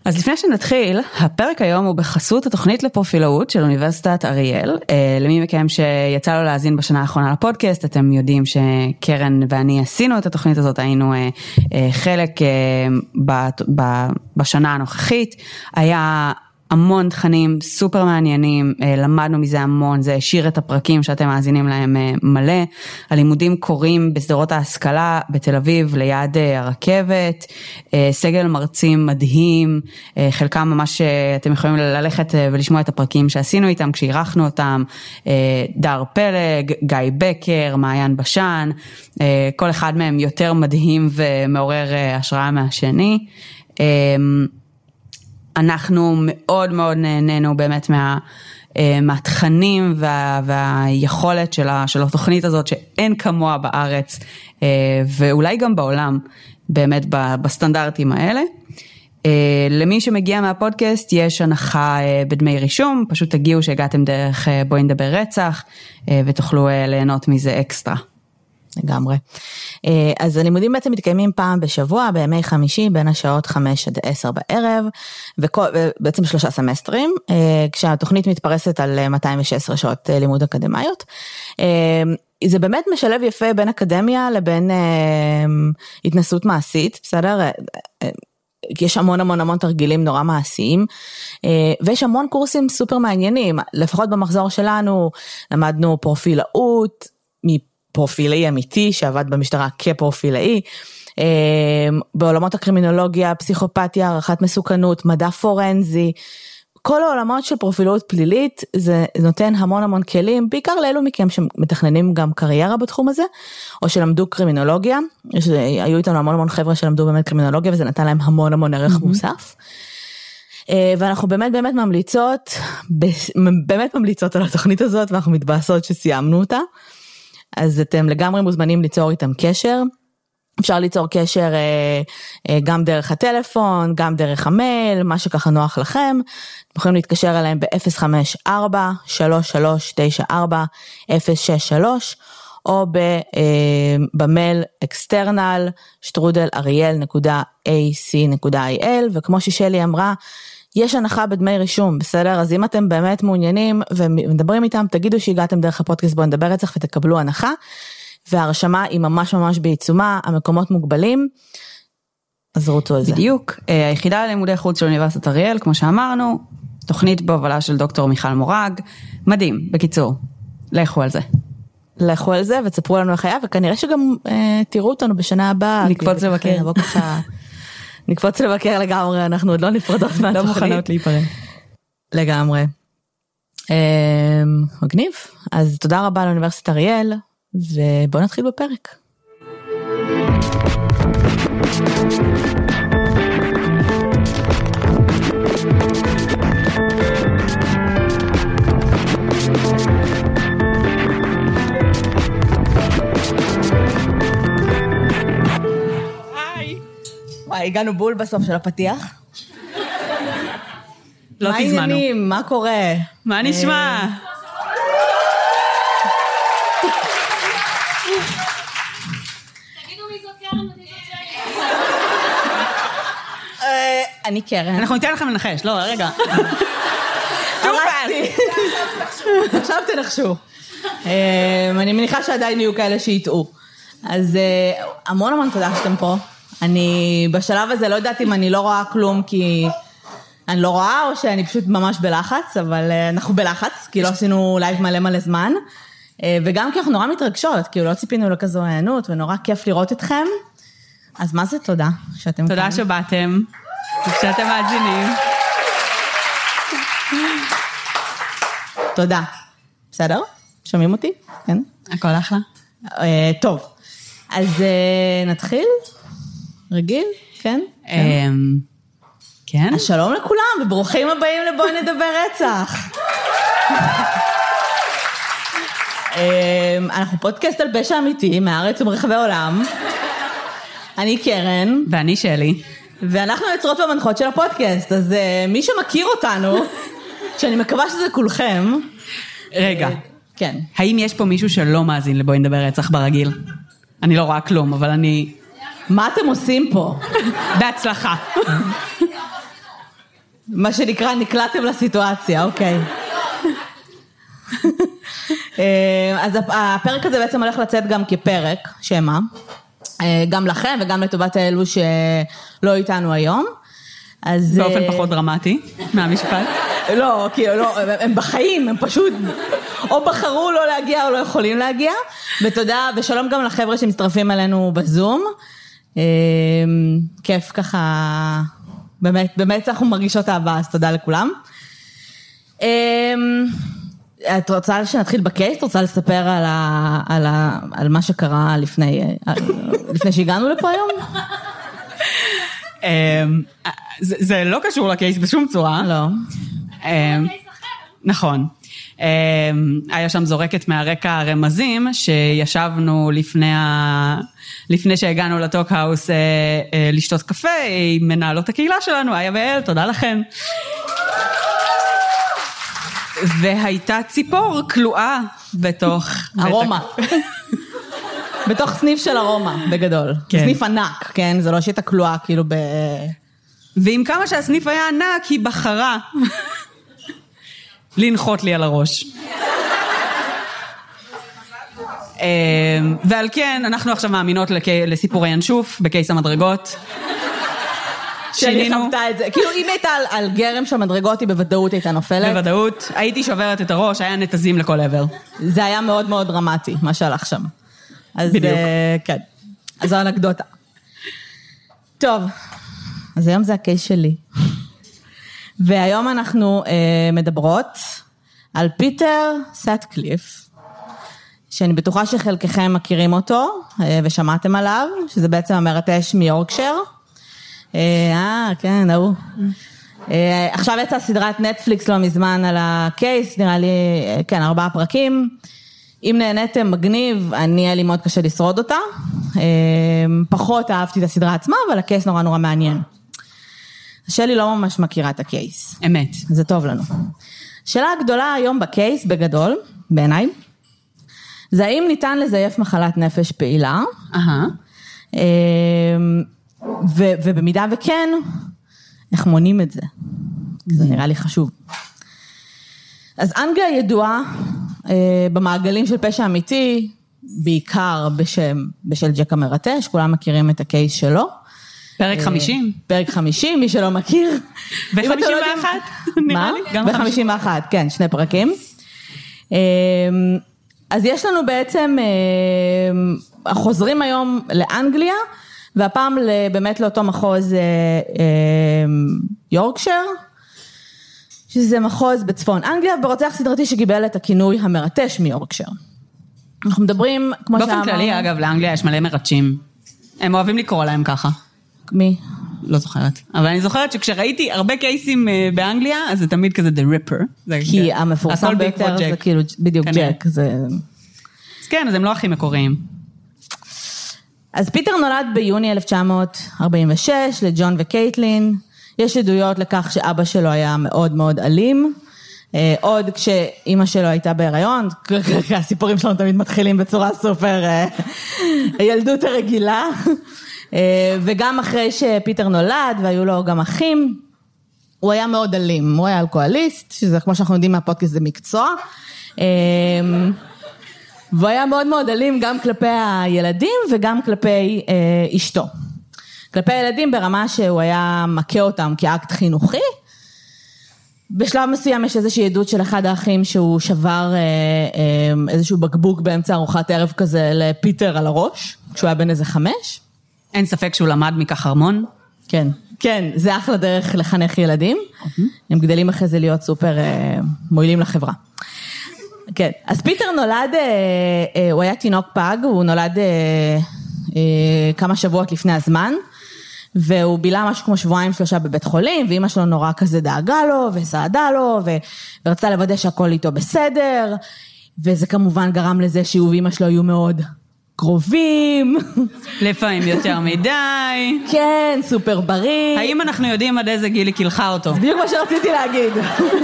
אז לפני שנתחיל, הפרק היום הוא בחסות התוכנית לפרופילאות של אוניברסיטת אריאל. למי מכם שיצא לו להאזין בשנה האחרונה לפודקאסט, אתם יודעים שקרן ואני עשינו את התוכנית הזאת, היינו חלק בשנה הנוכחית, היה המון תכנים סופר מעניינים, למדנו מזה המון, זה השאיר את הפרקים שאתם מאזינים להם מלא, הלימודים קורים בסדרות ההשכלה בתל אביב ליד הרכבת, סגל מרצים מדהים, חלקם ממש אתם יכולים ללכת ולשמוע את הפרקים שעשינו איתם כשערכנו אותם, דר פלג, גיא בקר, מעיין בשן, כל אחד מהם יותר מדהים ומעורר השראה מהשני. אנחנו מאוד מאוד נהנינו באמת מהתכנים והיכולת של התוכנית הזאת שאין כמוה בארץ ואולי גם בעולם באמת בסטנדרטים האלה. למי שמגיע מהפודקאסט יש הנחה בדמי רישום, פשוט תגיעו שהגעתם דרך בואי נדבר רצח ותוכלו ליהנות מזה אקסטרה. לגמרי. אז הלימודים בעצם מתקיימים פעם בשבוע, בימי חמישי, בין השעות 5 עד 10 בערב, ובעצם 3 סמסטרים, כשהתוכנית מתפרסת על 216 שעות לימוד אקדמיות. זה באמת משלב יפה בין אקדמיה לבין התנסות מעשית, בסדר? יש המון תרגילים נורא מעשיים, ויש המון קורסים סופר מעניינים, לפחות במחזור שלנו, למדנו פרופילאות, פרופילאי אמיתי שעבד במשטרה כפרופילאי, בעולמות הקרימינולוגיה, פסיכופתיה, הערכת מסוכנות, מדע פורנזי, כל העולמות של פרופילאות פלילית, זה נותן המון כלים, בעיקר לאלו מכם שמתכננים גם קריירה בתחום הזה, או שלמדו קרימינולוגיה, היו איתנו המון חבר'ה שלמדו באמת קרימינולוגיה, וזה נתן להם המון ערך מוסף, ואנחנו באמת ממליצות על התוכנית הזאת, ואנחנו מתבאסות שסיימנו אותה, אז אתם לגמרי מוזמנים ליצור איתם קשר, אפשר ליצור קשר גם דרך הטלפון, גם דרך המייל, מה שככה נוח לכם, אתם יכולים להתקשר אליהם ב-054-3394-063, או במייל external@ariel.ac.il, וכמו ששלי אמרה, יש הנחה בדמי רישום, בסדר? אז אם אתם באמת מעוניינים ומדברים איתם, תגידו שהגעתם דרך הפודקאסט בוא נדבר רצח ותקבלו הנחה, והרשמה היא ממש בעיצומה, המקומות מוגבלים, אז רוצו על זה. בדיוק, היחידה ללימודי חוץ של אוניברסיטת אריאל, כמו שאמרנו, תוכנית בהובלה של דוקטור מיכל מורג, מדהים, בקיצור, לכו על זה. לכו על זה ותספרו לנו איך היה, וכנראה שגם תראו אותנו בשנה הבאה. נקפוץ לבקר. נקפוץ לבקר לגמרי, אנחנו עוד לא נפרדות מהתוכנית. לא מוכנות להיפרד. לגמרי. מגניב. אז תודה רבה לאוניברסיטת אריאל, ובואו נתחיל בפרק. הגענו בול בסוף של הפתיח. לא תזמנו. מה העניינים? מה קורה? מה נשמע? תגידו מי זאת קרן ומי זאת אני קרן. אנחנו ניתן לכם לנחש, לא, רגע. עכשיו תנחשו. אני מניחה שעדיין יהיו כאלה שיטעו. אז המון תודה שאתם פה. אני בשלב הזה לא יודעת אם אני לא רואה כלום, כי אני לא רואה, או שאני פשוט ממש בלחץ, אבל אנחנו בלחץ, כי לא עשינו לייב מלא זמן, וגם כי אנחנו נורא מתרגשות, כי לא ציפינו לכזו הענות, ונורא כיף לראות אתכם, אז מה זה תודה שאתם תודה כאן. שבאתם, שאתם מאזינים. תודה. בסדר? שומעים אותי? כן? הכל אחלה. טוב, אז נתחיל? רגיל? כן? כן. אז שלום לכולם, וברוכים הבאים לבואי נדבר רצח. אנחנו פודקאסט על פשע אמיתי, מהארץ ומרחבי העולם. אני קרן. ואני שלי. ואנחנו יוצרות ומנחות של הפודקאסט, אז מי שמכיר אותנו, שאני מקווה שזה כולכם. רגע. כן. האם יש פה מישהו שלא מאזין לבואי נדבר רצח ברגיל? אני לא רואה כלום, אבל אני... מה אתם עושים פה? בהצלחה. מה שנקרא, נקלעתם לסיטואציה, אוקיי. אז הפרק הזה בעצם הולך לצאת גם כפרק, שמה? גם לכם וגם לטובת האלו שלא איתנו היום. באופן פחות דרמטי מהמשפט. לא, כי הם בחיים, הם פשוט או בחרו לא להגיע או לא יכולים להגיע. ותודה, ושלום גם לחבר'ה שמצטרפים אלינו בזום. כיף ככה, באמת אנחנו מרגישות אהבה, אז תודה לכולם. את רוצה שנתחיל בקייס? את רוצה לספר על מה שקרה לפני שהגענו לפה היום? זה לא קשור לקייס בשום צורה. לא. נכון. היה שם זורקת מהרקע הרמזים, שישבנו לפני שהגענו לטוקהאוס לשתות קפה, עם מנהלות הקהילה שלנו, איה ואל, תודה לכם. והייתה ציפור כלואה בתוך... ארומה. בתוך סניף של ארומה, בגדול. סניף ענק, כן? זה לא שהייתה כלואה, כאילו ב... ועם כמה שהסניף היה ענק, היא בחרה לנחות לי על הראש. ועל כן, אנחנו עכשיו מאמינות לסיפורי ינשוף, בקייס המדרגות. שאני חמתה את זה. כאילו, אם הייתה על גרם של מדרגות, היא בוודאות הייתה נופלת. בוודאות. הייתי שוברת את הראש, היה נתזים לכל עבר. זה היה מאוד מאוד דרמטי, מה שהלך שם. בדיוק. כן. אז זו אנקדוטה. טוב, אז היום זה הקייס שלי. והיום אנחנו מדברות על פיטר סטקליף, שאני בטוחה שחלקכם מכירים אותו, ושמעתם עליו, שזה בעצם המרטש מיורקשייר. כן, נאו. עכשיו יצאה סדרת נטפליקס לא מזמן על הקייס, נראה לי, כן, 4 פרקים. אם נהניתם מגניב, היה לי מאוד קשה לשרוד אותה. פחות אהבתי את הסדרה עצמה, אבל הקייס נורא נורא מעניין. שלי לא ממש מכירה את הקייס. אמת. זה טוב לנו. השאלה הגדולה היום בקייס, בגדול, בעיניי, זה האם ניתן לזייף מחלת נפש פעילה, ובמידה וכן, איך מונים את זה? זה נראה לי חשוב. אז אנגליה ידועה במעגלים של פשע אמיתי, בעיקר בשל ג'ק המרטש, כולם מכירים את הקייס שלו. פרק 50. פרק 50, מי שלא מכיר. ו-51, נראה לי. ו-51, כן, 2 פרקים. אז יש לנו בעצם, חוזרים היום לאנגליה, והפעם באמת לאותו מחוז יורקשייר, שזה מחוז בצפון אנגליה, ברוצח סדרתי שקיבל את הכינוי המרטש מיורקשייר. אנחנו מדברים, כמו שאמרנו... באופן כללי, אגב, לאנגליה יש מלא מרטשים. הם אוהבים לקרוא להם ככה. מי? לא זוכרת. אבל אני זוכרת שכשראיתי הרבה קייסים באנגליה, אז זה תמיד כזה The Ripper. כי המפורסם ביותר זה כאילו בדיוק ג'ק. אז כן, אז הם לא הכי מקוריים. אז פיטר נולד ביוני 1946 לג'ון וקייטלין. יש עדויות לכך שאבא שלו היה מאוד מאוד אלים. עוד כשאימא שלו הייתה בהיריון, הסיפורים שלנו תמיד מתחילים בצורה סופר הילדות הרגילה. וגם אחרי שפיטר נולד והיו לו גם אחים, הוא היה מאוד אלים, הוא היה אלכוהוליסט, שזה כמו שאנחנו יודעים מהפודקאסט זה מקצוע. והוא היה מאוד מאוד אלים גם כלפי הילדים וגם כלפי אשתו. כלפי הילדים ברמה שהוא היה מכה אותם כאקט חינוכי. בשלב מסוים יש איזושהי עדות של אחד האחים שהוא שבר איזשהו בקבוק באמצע ארוחת ערב כזה לפיטר על הראש, כשהוא היה בן איזה 5. אין ספק שהוא למד מכך הרמון. כן, כן, זה אחלה דרך לחנך ילדים. הם גדלים אחרי זה להיות סופר מועילים לחברה. כן, אז פיטר נולד, הוא היה תינוק פג, הוא נולד כמה שבועות לפני הזמן, והוא בילה משהו כמו 2-3 בבית חולים, ואמא שלו נורא כזה דאגה לו, וסעדה לו, ורצה לוודא שהכל איתו בסדר, וזה כמובן גרם לזה שהוא ואמא שלו היו מאוד קרובים. לפעמים יותר מדי. כן, סופר בריא. האם אנחנו יודעים עד איזה גיל היא קילחה אותו? זה בדיוק מה שרציתי להגיד.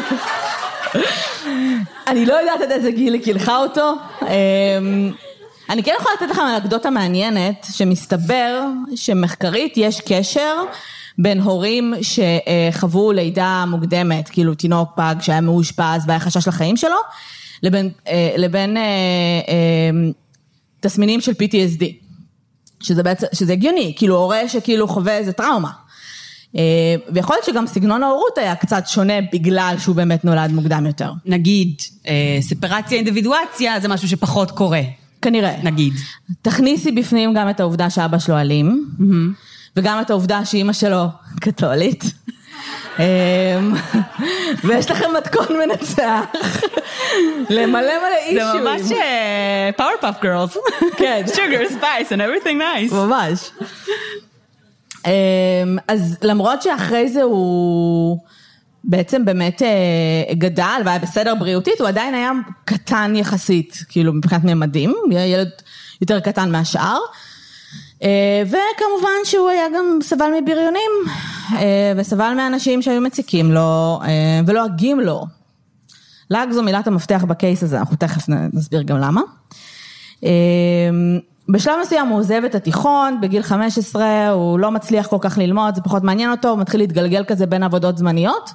אני לא יודעת עד איזה גיל היא קילחה אותו. אני כן יכולה לתת לכם אנקדוטה מעניינת, שמסתבר שמחקרית יש קשר בין הורים שחוו לידה מוקדמת, כאילו תינוק פג שהיה מאושפז והיה חשש לחיים שלו, לבין תסמינים של PTSD, שזה הגיוני, כאילו הורה שכאילו חווה איזה טראומה. ויכול להיות שגם סגנון ההורות היה קצת שונה בגלל שהוא באמת נולד מוקדם יותר. נגיד, ספרציה, אינדיבידואציה, זה משהו שפחות קורה. כנראה. נגיד. תכניסי בפנים גם את העובדה שאבא שלו אלים, וגם את העובדה שאמא שלו קתולית. ויש לכם מתכון מנצח למלא אישויים. זה ממש Powerpuff Girls. כן. Sugar, spice and everything nice. ממש. אז למרות שאחרי זה הוא בעצם באמת גדל והיה בסדר בריאותית, הוא עדיין היה קטן יחסית, כאילו מבחינת ממדים, ילד יותר קטן מהשאר, וכמובן שהוא היה גם סבל מבריונים, וסבל מאנשים שהיו מציקים לו, ולועגים לו. לעג זו מילת המפתח בקייס הזה, אנחנו תכף נסביר גם למה. בשלב מסוים הוא עוזב את התיכון, בגיל 15 הוא לא מצליח כל כך ללמוד, זה פחות מעניין אותו, הוא מתחיל להתגלגל כזה בין עבודות זמניות.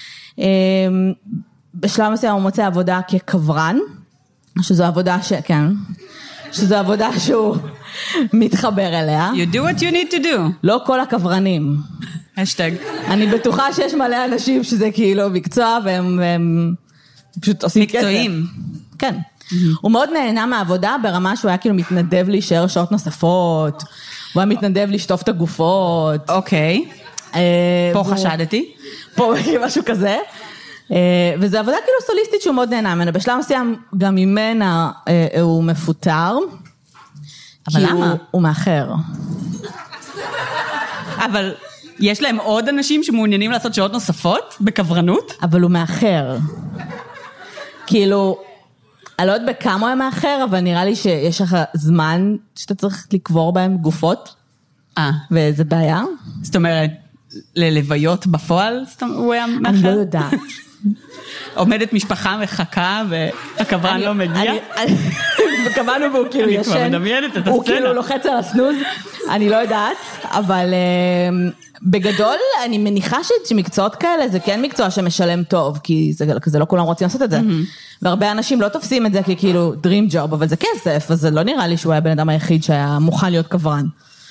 בשלב מסוים הוא מוצא עבודה כקברן, שזו עבודה שזו עבודה שהוא מתחבר אליה. You do what you need to do. לא כל הקברנים. השטג. אני בטוחה שיש מלא אנשים שזה כאילו מקצוע, והם פשוט עושים כסף. מקצועיים. כן. הוא מאוד נהנה מהעבודה ברמה שהוא היה כאילו מתנדב להישאר שעות נוספות, הוא היה מתנדב לשטוף את הגופות. אוקיי. פה חשדתי. פה משהו כזה. וזו עבודה כאילו סוליסטית שהוא מאוד נהנה ממנה. בשלב מסוים גם ממנה הוא מפוטר. אבל למה? הוא מאחר. אבל יש להם עוד אנשים שמעוניינים לעשות שעות נוספות בקברנות? אבל הוא מאחר. כאילו, אני לא יודעת בכמה הוא היה מאחר, אבל נראה לי שיש לך זמן שאתה צריך לקבור בהם גופות. וזה בעיה. זאת אומרת, ללוויות בפועל הוא היה מאחר? אני לא יודעת. עומדת משפחה מחכה והקברן לא מגיע? קבענו והוא כאילו ישן. אני כבר מדמיינת את הסצנה. הוא כאילו לוחץ על הסנוז, אני לא יודעת, אבל בגדול אני מניחה שמקצועות כאלה זה כן מקצוע שמשלם טוב, כי זה לא כולם רוצים לעשות את זה. והרבה אנשים לא תופסים את זה כאילו dream job, אבל זה כסף, אז זה לא נראה לי שהוא היה בן אדם היחיד שהיה מוכן להיות קברן.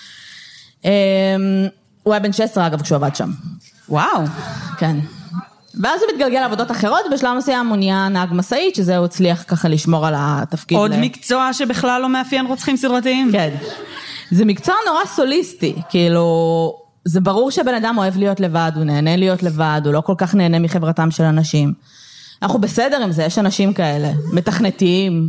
הוא היה בן 16 אגב כשהוא עבד שם. וואו. כן. ואז הוא מתגלגל לעבודות אחרות, בשלב מסוים הוא נהיה נהג משאית, שזה הוא הצליח ככה לשמור על התפקיד. עוד מקצוע שבכלל לא מאפיין רוצחים סדרתיים? כן. זה מקצוע נורא סוליסטי, כאילו, זה ברור שבן אדם אוהב להיות לבד, הוא נהנה להיות לבד, הוא לא כל כך נהנה מחברתם של אנשים. אנחנו בסדר עם זה, יש אנשים כאלה, מתכנתיים.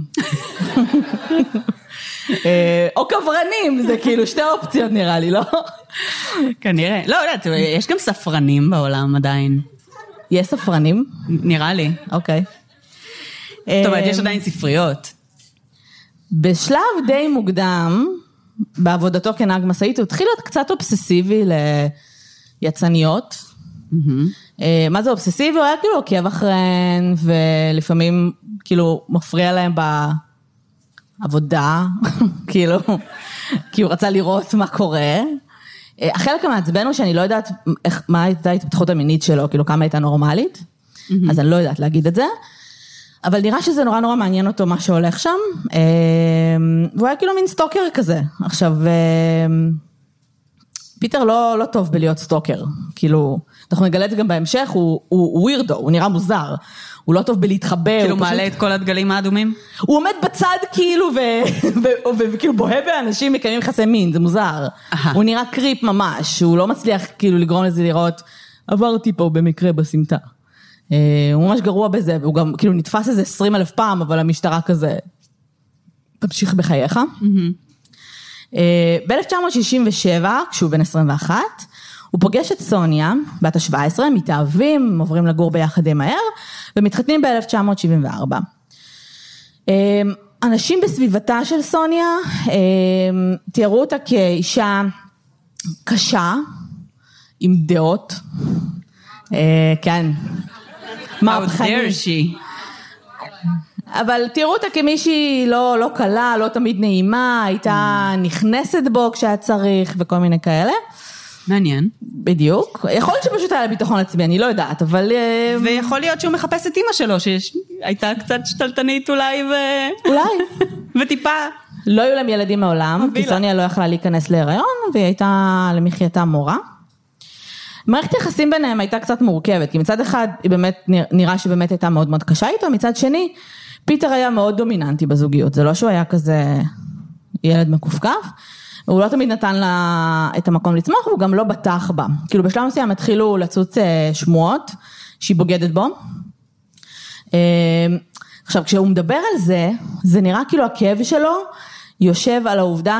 או קברנים, זה כאילו שתי אופציות נראה לי, לא? כנראה. לא יודעת, יש גם ספרנים בעולם עדיין. יש ספרנים? נראה לי. אוקיי. זאת אומרת, יש עדיין ספריות. בשלב די מוקדם, בעבודתו כנהג משאית, הוא התחיל להיות קצת אובססיבי ליצניות. מה זה אובססיבי? הוא היה כאילו עוקב אחריהן, ולפעמים כאילו מפריע להם בעבודה, כאילו, כי הוא רצה לראות מה קורה. החלק המעצבן הוא שאני לא יודעת מה הייתה ההתפתחות המינית שלו, כאילו כמה הייתה נורמלית, אז אני לא יודעת להגיד את זה, אבל נראה שזה נורא נורא מעניין אותו מה שהולך שם, והוא היה כאילו מין סטוקר כזה. עכשיו, פיטר לא טוב בלהיות סטוקר, כאילו, אנחנו נגלה את זה גם בהמשך, הוא ווירדו, הוא נראה מוזר, הוא לא טוב בלהתחבר. כאילו מעלה את כל הדגלים האדומים? הוא עומד בצד כאילו, וכאילו בוהה באנשים מקיימים יחסי מין, זה מוזר. הוא נראה קריפ ממש, הוא לא מצליח כאילו לגרום לזה לראות, עברתי פה במקרה בסמטה. הוא ממש גרוע בזה, והוא גם כאילו נתפס איזה 20,000 פעם, אבל המשטרה כזה, תמשיך בחייך. ב-1967, כשהוא בן 21, הוא פוגש את סוניה, בת ה-17, מתאהבים, עוברים לגור ביחד די מהר, ומתחתנים ב-1974. אנשים בסביבתה של סוניה, תיארו אותה כאישה קשה, עם דעות, כן, מהפכנית. אבל תראו אותה כמישהי לא קלה, לא תמיד נעימה, הייתה נכנסת בו כשהיה צריך וכל מיני כאלה. מעניין. בדיוק. יכול להיות שפשוט היה לה ביטחון עצמי, אני לא יודעת, אבל... ויכול להיות שהוא מחפש את אמא שלו, שהייתה קצת שתלטנית אולי וטיפה. לא היו להם ילדים מעולם, כי סוניה לא יכלה להיכנס להיריון, והיא הייתה למחייתה מורה. מערכת יחסים ביניהם הייתה קצת מורכבת, כי מצד אחד היא באמת נראה שבאמת הייתה מאוד מאוד קשה איתו, מצד שני, פיטר היה מאוד דומיננטי בזוגיות, זה לא שהוא היה כזה ילד מקופקף, הוא לא תמיד נתן לה את המקום לצמוח, והוא גם לא בטח בה. כאילו בשלב מסוים התחילו לצוץ שמועות, שהיא בוגדת בו. עכשיו, כשהוא מדבר על זה, זה נראה כאילו הכאב שלו, יושב על העובדה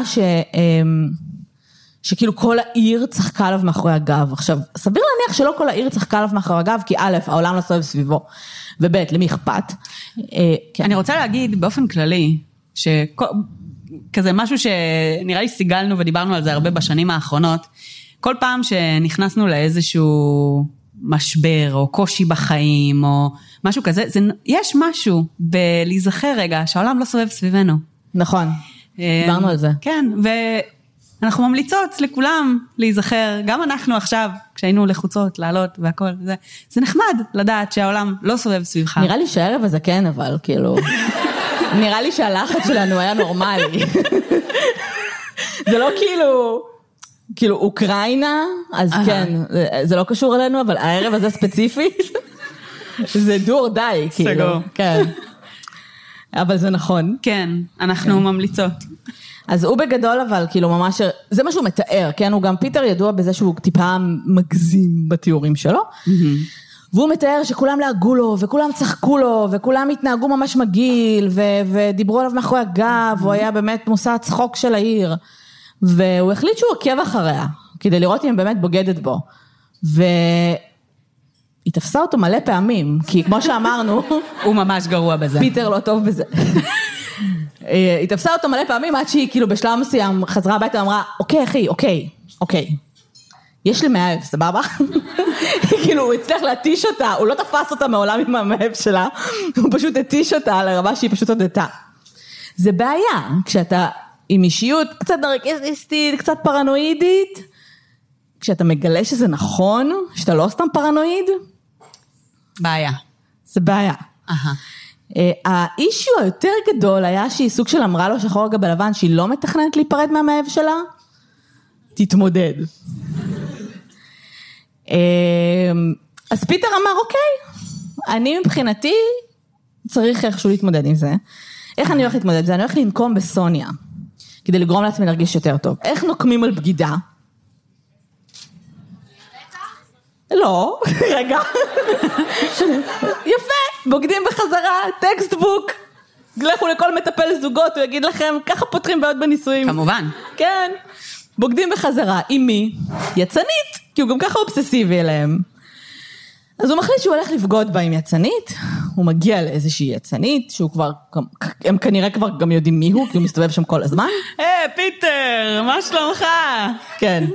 שכאילו כל העיר צחקה עליו מאחורי הגב. עכשיו, סביר להניח שלא כל העיר צחקה עליו מאחורי הגב, כי א', העולם לא סובב סביבו, וב', למי אכפת. אני רוצה להגיד באופן כללי, כזה משהו שנראה לי סיגלנו ודיברנו על זה הרבה בשנים האחרונות, כל פעם שנכנסנו לאיזשהו משבר או קושי בחיים או משהו כזה, יש משהו בלהיזכר רגע שהעולם לא סובב סביבנו. נכון, דיברנו על זה. כן, ואנחנו ממליצות לכולם להיזכר, גם אנחנו עכשיו, כשהיינו לחוצות, לעלות והכל, זה נחמד לדעת שהעולם לא סובב סביבך. נראה לי שהערב הזה כן, אבל כאילו... נראה לי שהלחץ שלנו היה נורמלי. זה לא כאילו אוקראינה, אז כן, זה לא קשור אלינו, אבל הערב הזה ספציפית, זה דור די, כאילו. סגור. כן. אבל זה נכון. כן, אנחנו ממליצות. אז הוא בגדול אבל, כאילו ממש, זה מה שהוא מתאר, כן? הוא גם פיטר ידוע בזה שהוא טיפה מגזים בתיאורים שלו. והוא מתאר שכולם להגו לו, וכולם צחקו לו, וכולם התנהגו ממש מגעיל, ודיברו עליו מאחורי הגב, הוא היה באמת מושא הצחוק של העיר, והוא החליט שהוא עוקב אחריה, כדי לראות אם היא באמת בוגדת בו, והיא תפסה אותו מלא פעמים, כי כמו שאמרנו, הוא ממש גרוע בזה. פיטר לא טוב בזה. היא תפסה אותו מלא פעמים, עד שהיא כאילו בשלב מסוים חזרה הביתה, ואמרה, אוקיי אחי, אוקיי. יש לי מאהב, סבבה? כאילו, הוא הצליח להתיש אותה, הוא לא תפס אותה מעולם עם המאהב שלה, הוא פשוט התיש אותה לרמה שהיא פשוט הודתה. זה בעיה, כשאתה עם אישיות קצת נרקיסיסטית, קצת פרנואידית, כשאתה מגלה שזה נכון, שאתה לא סתם פרנואיד, בעיה. זה בעיה. האישיו היותר גדול היה שהיא סוג של אמרה לו שחור גבי לבן, שהיא לא מתכננת להיפרד מהמאהב שלה, תתמודד. אז פיטר אמר, אוקיי, אני מבחינתי צריך איכשהו להתמודד עם זה. איך אני הולך להתמודד עם זה? אני הולך לנקום בסוניה, כדי לגרום לעצמי להרגיש יותר טוב. איך נוקמים על בגידה? לא, רגע. יפה, בוגדים בחזרה, טקסטבוק. לכו לכל מטפל זוגות, הוא יגיד לכם, ככה פותרים בעיות בנישואים. כמובן. כן. בוגדים בחזרה, עם מי? יצנית, כי הוא גם ככה אובססיבי אליהם. אז הוא מחליט שהוא הולך לבגוד בה עם יצנית, הוא מגיע לאיזושהי יצנית, שהוא כבר, הם כנראה כבר גם יודעים מי הוא, כי הוא מסתובב שם כל הזמן. פיטר, מה שלומך? כן.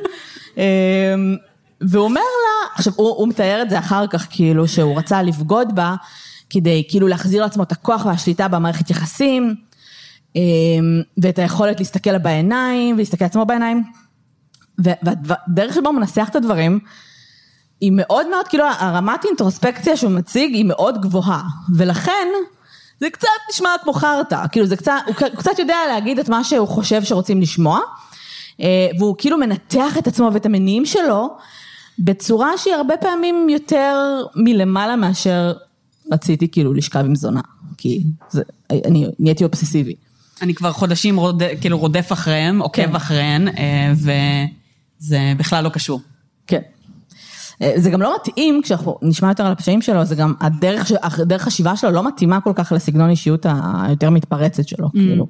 והוא אומר לה, עכשיו הוא מתאר את זה אחר כך, כאילו שהוא רצה לבגוד בה, כדי כאילו להחזיר לעצמו את הכוח והשליטה במערכת יחסים, ואת היכולת להסתכל לה בעיניים, ולהסתכל לעצמו בעיניים, והדרך שבו הוא מנסח את הדברים, היא מאוד מאוד, כאילו הרמת אינטרוספקציה שהוא מציג, היא מאוד גבוהה, ולכן, זה קצת נשמע כמו חרטה, כאילו זה קצת, הוא קצת יודע להגיד את מה שהוא חושב שרוצים לשמוע, והוא כאילו מנתח את עצמו ואת המניעים שלו, בצורה שהיא הרבה פעמים יותר מלמעלה מאשר רציתי כאילו לשכב עם זונה, כי אני נהייתי אובססיבי. אני כבר חודשים כאילו רודף אחריהם, עוקב אחריהן, וזה בכלל לא קשור. כן. זה גם לא מתאים, כשאנחנו נשמע יותר על הפשעים שלו, זה גם הדרך חשיבה שלו לא מתאימה כל כך לסגנון אישיות היותר מתפרצת שלו, כאילו.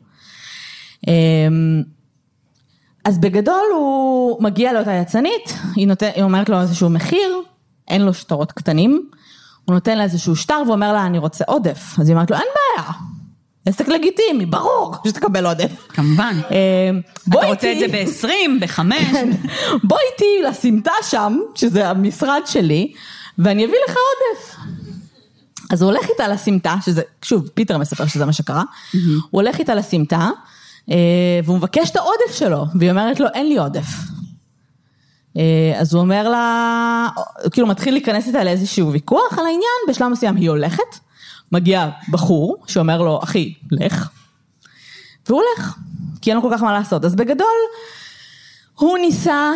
אז בגדול הוא מגיע לאותה יצנית, היא אומרת לו איזשהו מחיר, אין לו שטרות קטנים, הוא נותן לה איזשהו שטר ואומר לה, אני רוצה עודף. אז היא אומרת לו, אין בעיה. עסק לגיטימי, ברור, שתקבל עודף. כמובן. אתה רוצה את זה ב-20, ב-5? בוא איתי לסמטה שם, שזה המשרד שלי, ואני אביא לך עודף. אז הוא הולך איתה לסמטה, שזה, שוב, פיטר מספר שזה מה שקרה, הוא הולך איתה לסמטה, והוא מבקש את העודף שלו, והיא אומרת לו, אין לי עודף. אז הוא אומר לה, כאילו מתחיל להיכנס איתה לאיזשהו ויכוח על העניין, בשלב מסוים היא הולכת, מגיע בחור שאומר לו, אחי, לך, והוא הולך, כי אין לו כל כך מה לעשות. אז בגדול, הוא ניסה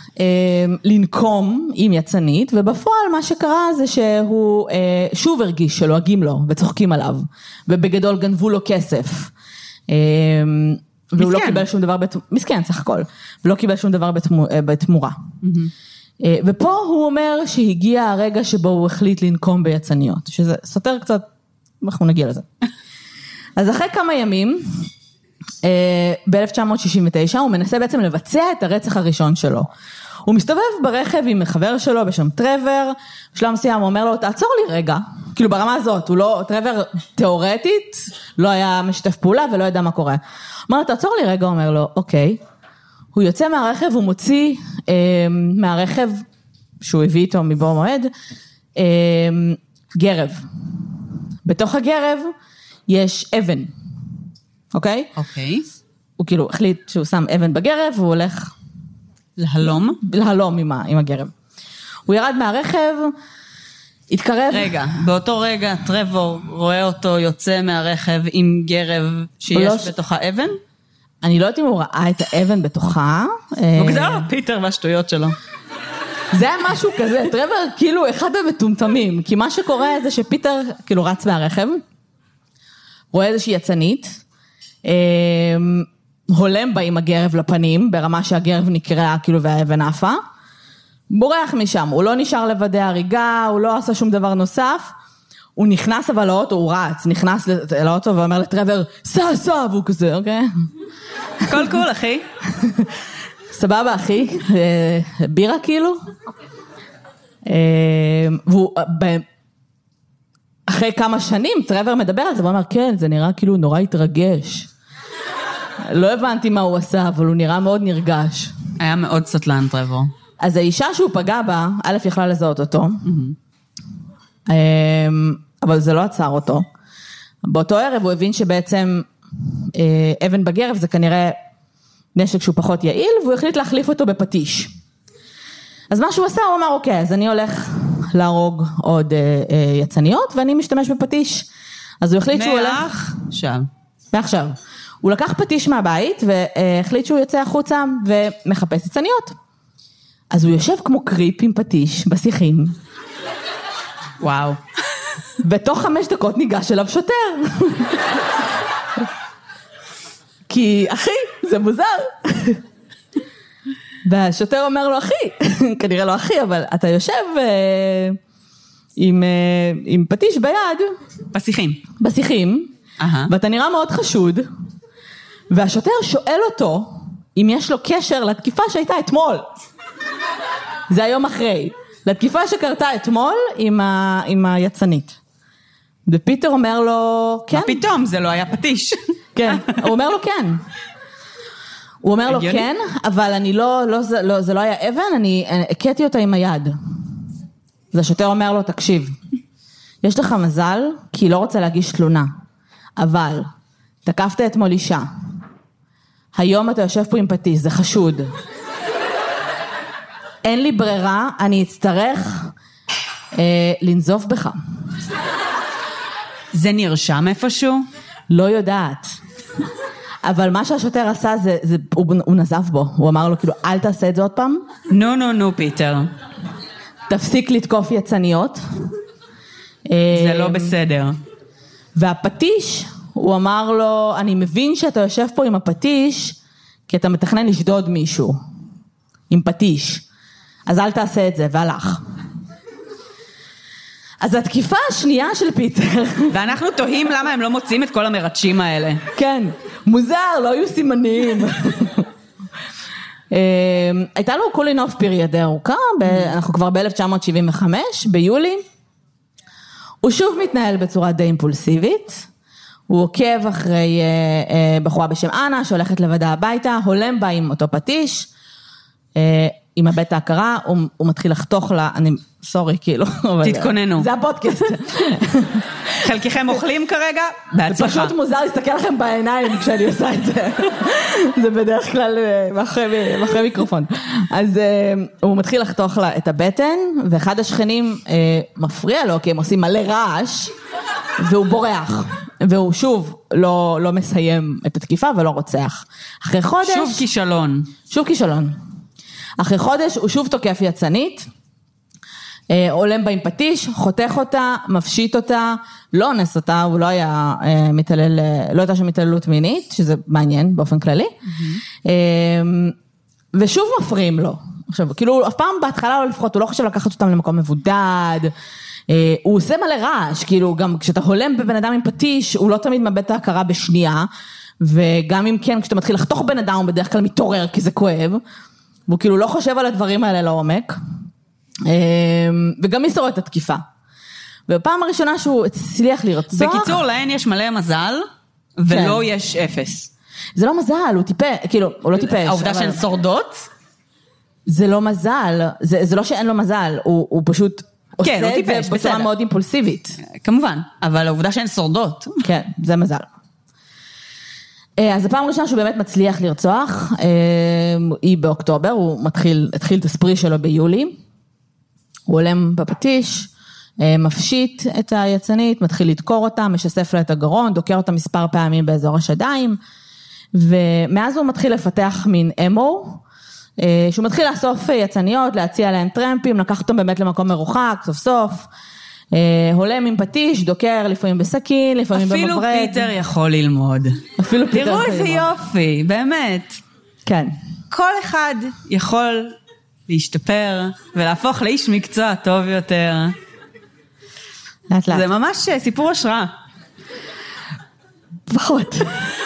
לנקום עם יצנית, ובפועל מה שקרה זה שהוא שוב הרגיש שלועגים לו, וצוחקים עליו, ובגדול גנבו לו כסף. והוא לא קיבל שום דבר, מסכן, סך הכל, ולא קיבל שום דבר בתמורה. ופה הוא אומר שהגיע הרגע שבו הוא החליט לנקום ביצניות, שזה סותר קצת, אנחנו נגיע לזה. אז אחרי כמה ימים, ב-1969, הוא מנסה בעצם לבצע את הרצח הראשון שלו. הוא מסתובב ברכב עם חבר שלו בשם טרוור, בשלב מסוים הוא אומר לו, תעצור לי רגע, כאילו ברמה הזאת, הוא לא, טרוור תיאורטית, לא היה משתף פעולה ולא ידע מה קורה. הוא אומר לו, תעצור לי רגע, הוא אומר לו, אוקיי. הוא יוצא מהרכב, הוא מוציא מהרכב, שהוא הביא איתו מבוא מועד, גרב. בתוך הגרב יש אבן. אוקיי? אוקיי. הוא כאילו החליט שהוא שם אבן בגרב, והוא הולך להלום עם הגרב. הוא ירד מהרכב, התקרב. רגע, באותו רגע טרוור רואה אותו יוצא מהרכב עם גרב שיש בתוכה אבן? אני לא יודעת אם הוא ראה את האבן בתוכה. מוגזר, פיטר והשטויות שלו. זה היה משהו כזה, טרוור כאילו אחד המטומטמים, כי מה שקורה זה שפיטר כאילו רץ מהרכב, רואה איזושהי יצנית, הולם בה עם הגרב לפנים, ברמה שהגרב נקראה כאילו והאבן עפה, בורח משם, הוא לא נשאר לוודא הריגה, הוא לא עשה שום דבר נוסף, הוא נכנס אבל לאוטו, הוא רץ, נכנס לאוטו ואומר לטרוור, סע, והוא כזה, אוקיי? כל קול, אחי. סבבה, אחי, בירה כאילו. והוא, אחרי כמה שנים, טרוור מדבר על זה, והוא אומר, כן, זה נראה כאילו נורא התרגש. לא הבנתי מה הוא עשה, אבל הוא נראה מאוד נרגש. היה מאוד סטלן, טרוור. אז האישה שהוא פגע בה, א' יכלה לזהות אותו, אבל זה לא עצר אותו. באותו ערב הוא הבין שבעצם אבן בגרב זה כנראה נשק שהוא פחות יעיל, והוא החליט להחליף אותו בפטיש. אז מה שהוא עשה, הוא אמר, אוקיי, אז אני הולך להרוג עוד יצניות, ואני משתמש בפטיש. אז הוא החליט שהוא הולך... מעכשיו. הוא לקח פטיש מהבית, והחליט שהוא יוצא החוצה ומחפש יצניות. אז הוא יושב כמו קריפ עם פטיש בשיחים. וואו. בתוך 5 דקות ניגש אליו שוטר. כי, אחי, זה מוזר. והשוטר אומר לו, אחי, כנראה לא אחי, אבל אתה יושב עם פטיש ביד. בשיחים. ואתה נראה מאוד חשוד. והשוטר שואל אותו, אם יש לו קשר לתקיפה שהייתה אתמול. זה היום אחרי. לתקיפה שקרתה אתמול עם היצנית. ופיטר אומר לו, כן. מה פתאום? זה לא היה פטיש. כן, הוא אומר לו כן. הוא אומר לו כן, אבל אני זה לא היה אבן, אני הכיתי אותה עם היד. אז השוטר אומר לו, תקשיב, יש לך מזל, כי היא לא רוצה להגיש תלונה. אבל, תקפת אתמול אישה. היום אתה יושב פה עם פטיש, זה חשוד. אין לי ברירה, אני אצטרך לנזוף בך. זה נרשם איפשהו? לא יודעת. אבל מה שהשוטר עשה, הוא נזף בו. הוא אמר לו, כאילו, אל תעשה את זה עוד פעם. נו, פיטר. תפסיק לתקוף יצניות. זה לא בסדר. והפטיש, הוא אמר לו, אני מבין שאתה יושב פה עם הפטיש, כי אתה מתכנן לשדוד מישהו. עם פטיש. אז אל תעשה את זה, והלך. אז התקיפה השנייה של פיטר... ואנחנו תוהים למה הם לא מוצאים את כל המרדשים האלה. כן, מוזר, לא היו סימנים. הייתה לו קולין אוף פיריוד ארוכה, אנחנו כבר ב-1975, ביולי. הוא שוב מתנהל בצורה די אימפולסיבית. הוא עוקב אחרי בחורה בשם אנה, שהולכת לבדה הביתה, הולם בה עם אותו פטיש. היא מאבדת את ההכרה, הוא מתחיל לחתוך לה, אני, סורי, כאילו. תתכוננו. זה הפודקאסט. חלקכם אוכלים כרגע? בהצלחה. זה פשוט מוזר להסתכל לכם בעיניים כשאני עושה את זה. זה בדרך כלל מאחורי מיקרופון. אז הוא מתחיל לחתוך לה את הבטן, ואחד השכנים מפריע לו, כי הם עושים מלא רעש, והוא בורח. והוא שוב לא מסיים את התקיפה ולא רוצח. אחרי חודש... שוב כישלון. אחרי חודש הוא שוב תוקף יצנית, עולם בה עם פטיש, חותך אותה, מפשיט אותה, לא אונס אותה, הוא לא היה מתעלל, לא הייתה שם מתעללות מינית, שזה מעניין באופן כללי, ושוב מפריעים לו. עכשיו, כאילו, אף פעם בהתחלה לא לפחות, הוא לא חושב לקחת אותם למקום מבודד, הוא עושה מלא רעש, כאילו, גם כשאתה הולם בבן אדם עם פטיש, הוא לא תמיד מאבד את ההכרה בשנייה, וגם אם כן, כשאתה מתחיל לחתוך בן אדם, הוא בדרך כלל מתעורר, כי זה כואב, והוא כאילו לא חושב על הדברים האלה לעומק, וגם מסתור את התקיפה. ובפעם הראשונה שהוא הצליח לרצוח... בקיצור, להן יש מלא מזל, ולא יש אפס. זה לא מזל, הוא טיפש, כאילו, הוא לא טיפש. העובדה שהן שורדות? זה לא מזל, זה לא שאין לו מזל, הוא פשוט עושה את זה בצורה מאוד אימפולסיבית. כמובן, אבל העובדה שהן שורדות. כן, זה מזל. אז הפעם הראשונה שהוא באמת מצליח לרצוח, היא באוקטובר, הוא התחיל את הספרי שלו ביולי, הוא עולם בפטיש, מפשיט את היצנית, מתחיל לדקור אותה, משסף לה את הגרון, דוקר אותה מספר פעמים באזור השדיים, ומאז הוא מתחיל לפתח מין אמו, שהוא מתחיל לאסוף יצניות, להציע להן טרמפים, לקח אותם באמת למקום מרוחק, סוף סוף, הולם עם פטיש, דוקר, לפעמים בסכין, לפעמים במברד. אפילו פיטר יכול ללמוד. תראו איזה יופי, באמת. כן. כל אחד יכול להשתפר ולהפוך לאיש מקצוע טוב יותר. לאט לאט. זה ממש סיפור השראה. פחות.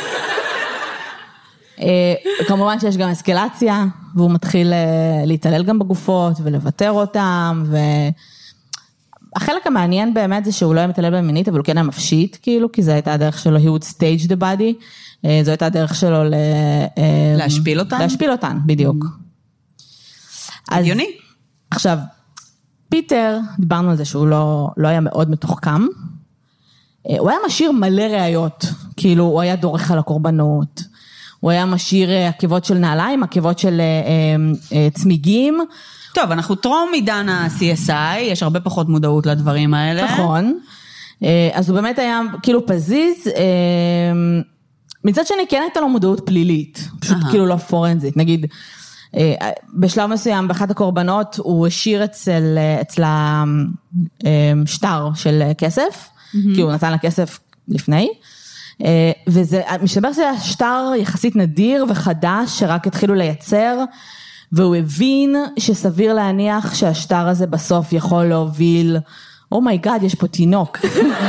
כמובן שיש גם אסקלציה, והוא מתחיל להתעלל גם בגופות ולוותר אותם, החלק המעניין באמת זה שהוא לא היה מתעלל במינית, אבל הוא כן היה מפשיט, כאילו, כי זו הייתה הדרך שלו, he would stage the body, זו הייתה הדרך שלו להשפיל אותן? להשפיל אותן, בדיוק. הגיוני. עכשיו, פיטר, דיברנו על זה שהוא לא היה מאוד מתוחכם, הוא היה משאיר מלא ראיות, כאילו, הוא היה דורך על הקורבנות, הוא היה משאיר עקבות של נעליים, עקבות של צמיגים, טוב, אנחנו טרום עידן ה-CSI, יש הרבה פחות מודעות לדברים האלה. נכון. אז הוא באמת היה כאילו פזיז, מצד שני כן הייתה לו מודעות פלילית, פשוט כאילו לא פורנזית, נגיד, בשלב מסוים, באחת הקורבנות, הוא השאיר אצלה שטר של כסף, כי הוא נתן לה כסף לפני, וזה, משתבר שזה היה שטר יחסית נדיר וחדש, שרק התחילו לייצר, והוא הבין שסביר להניח שהשטר הזה בסוף יכול להוביל, אומייגאד, יש פה תינוק.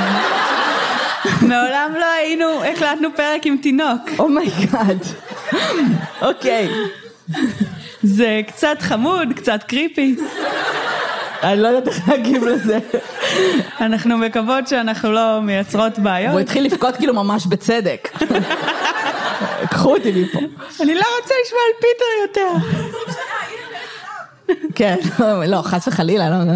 מעולם לא הקלטנו פרק עם תינוק. אומייגאד. אוקיי. זה קצת חמוד, קצת קריפי. אני לא יודעת איך להגיב לזה. אנחנו מקוות שאנחנו לא מייצרות בעיות. הוא התחיל לפקוד כאילו ממש בצדק. קחו אותי מפה. אני לא רוצה לשמוע על פיטר יותר. כן, לא, חס וחלילה, לא.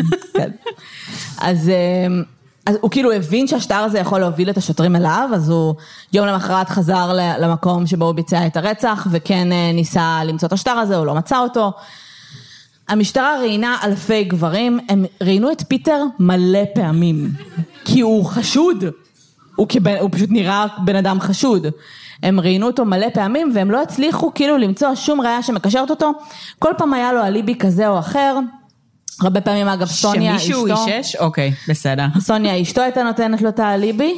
אז הוא כאילו הבין שהשטר הזה יכול להוביל את השוטרים אליו, אז הוא יום למחרת חזר למקום שבו הוא ביצע את הרצח, וכן ניסה למצוא את השטר הזה, הוא לא מצא אותו. המשטרה ראיינה אלפי גברים, הם ראיינו את פיטר מלא פעמים, כי הוא חשוד, הוא פשוט נראה בן אדם חשוד. הם ראיינו אותו מלא פעמים, והם לא הצליחו כאילו למצוא שום ראיה שמקשרת אותו, כל פעם היה לו אליבי כזה או אחר, הרבה פעמים אגב סוניה אשתו. שמישהו אישש? אוקיי, בסדר. סוניה אשתו הייתה נותנת לו את האליבי.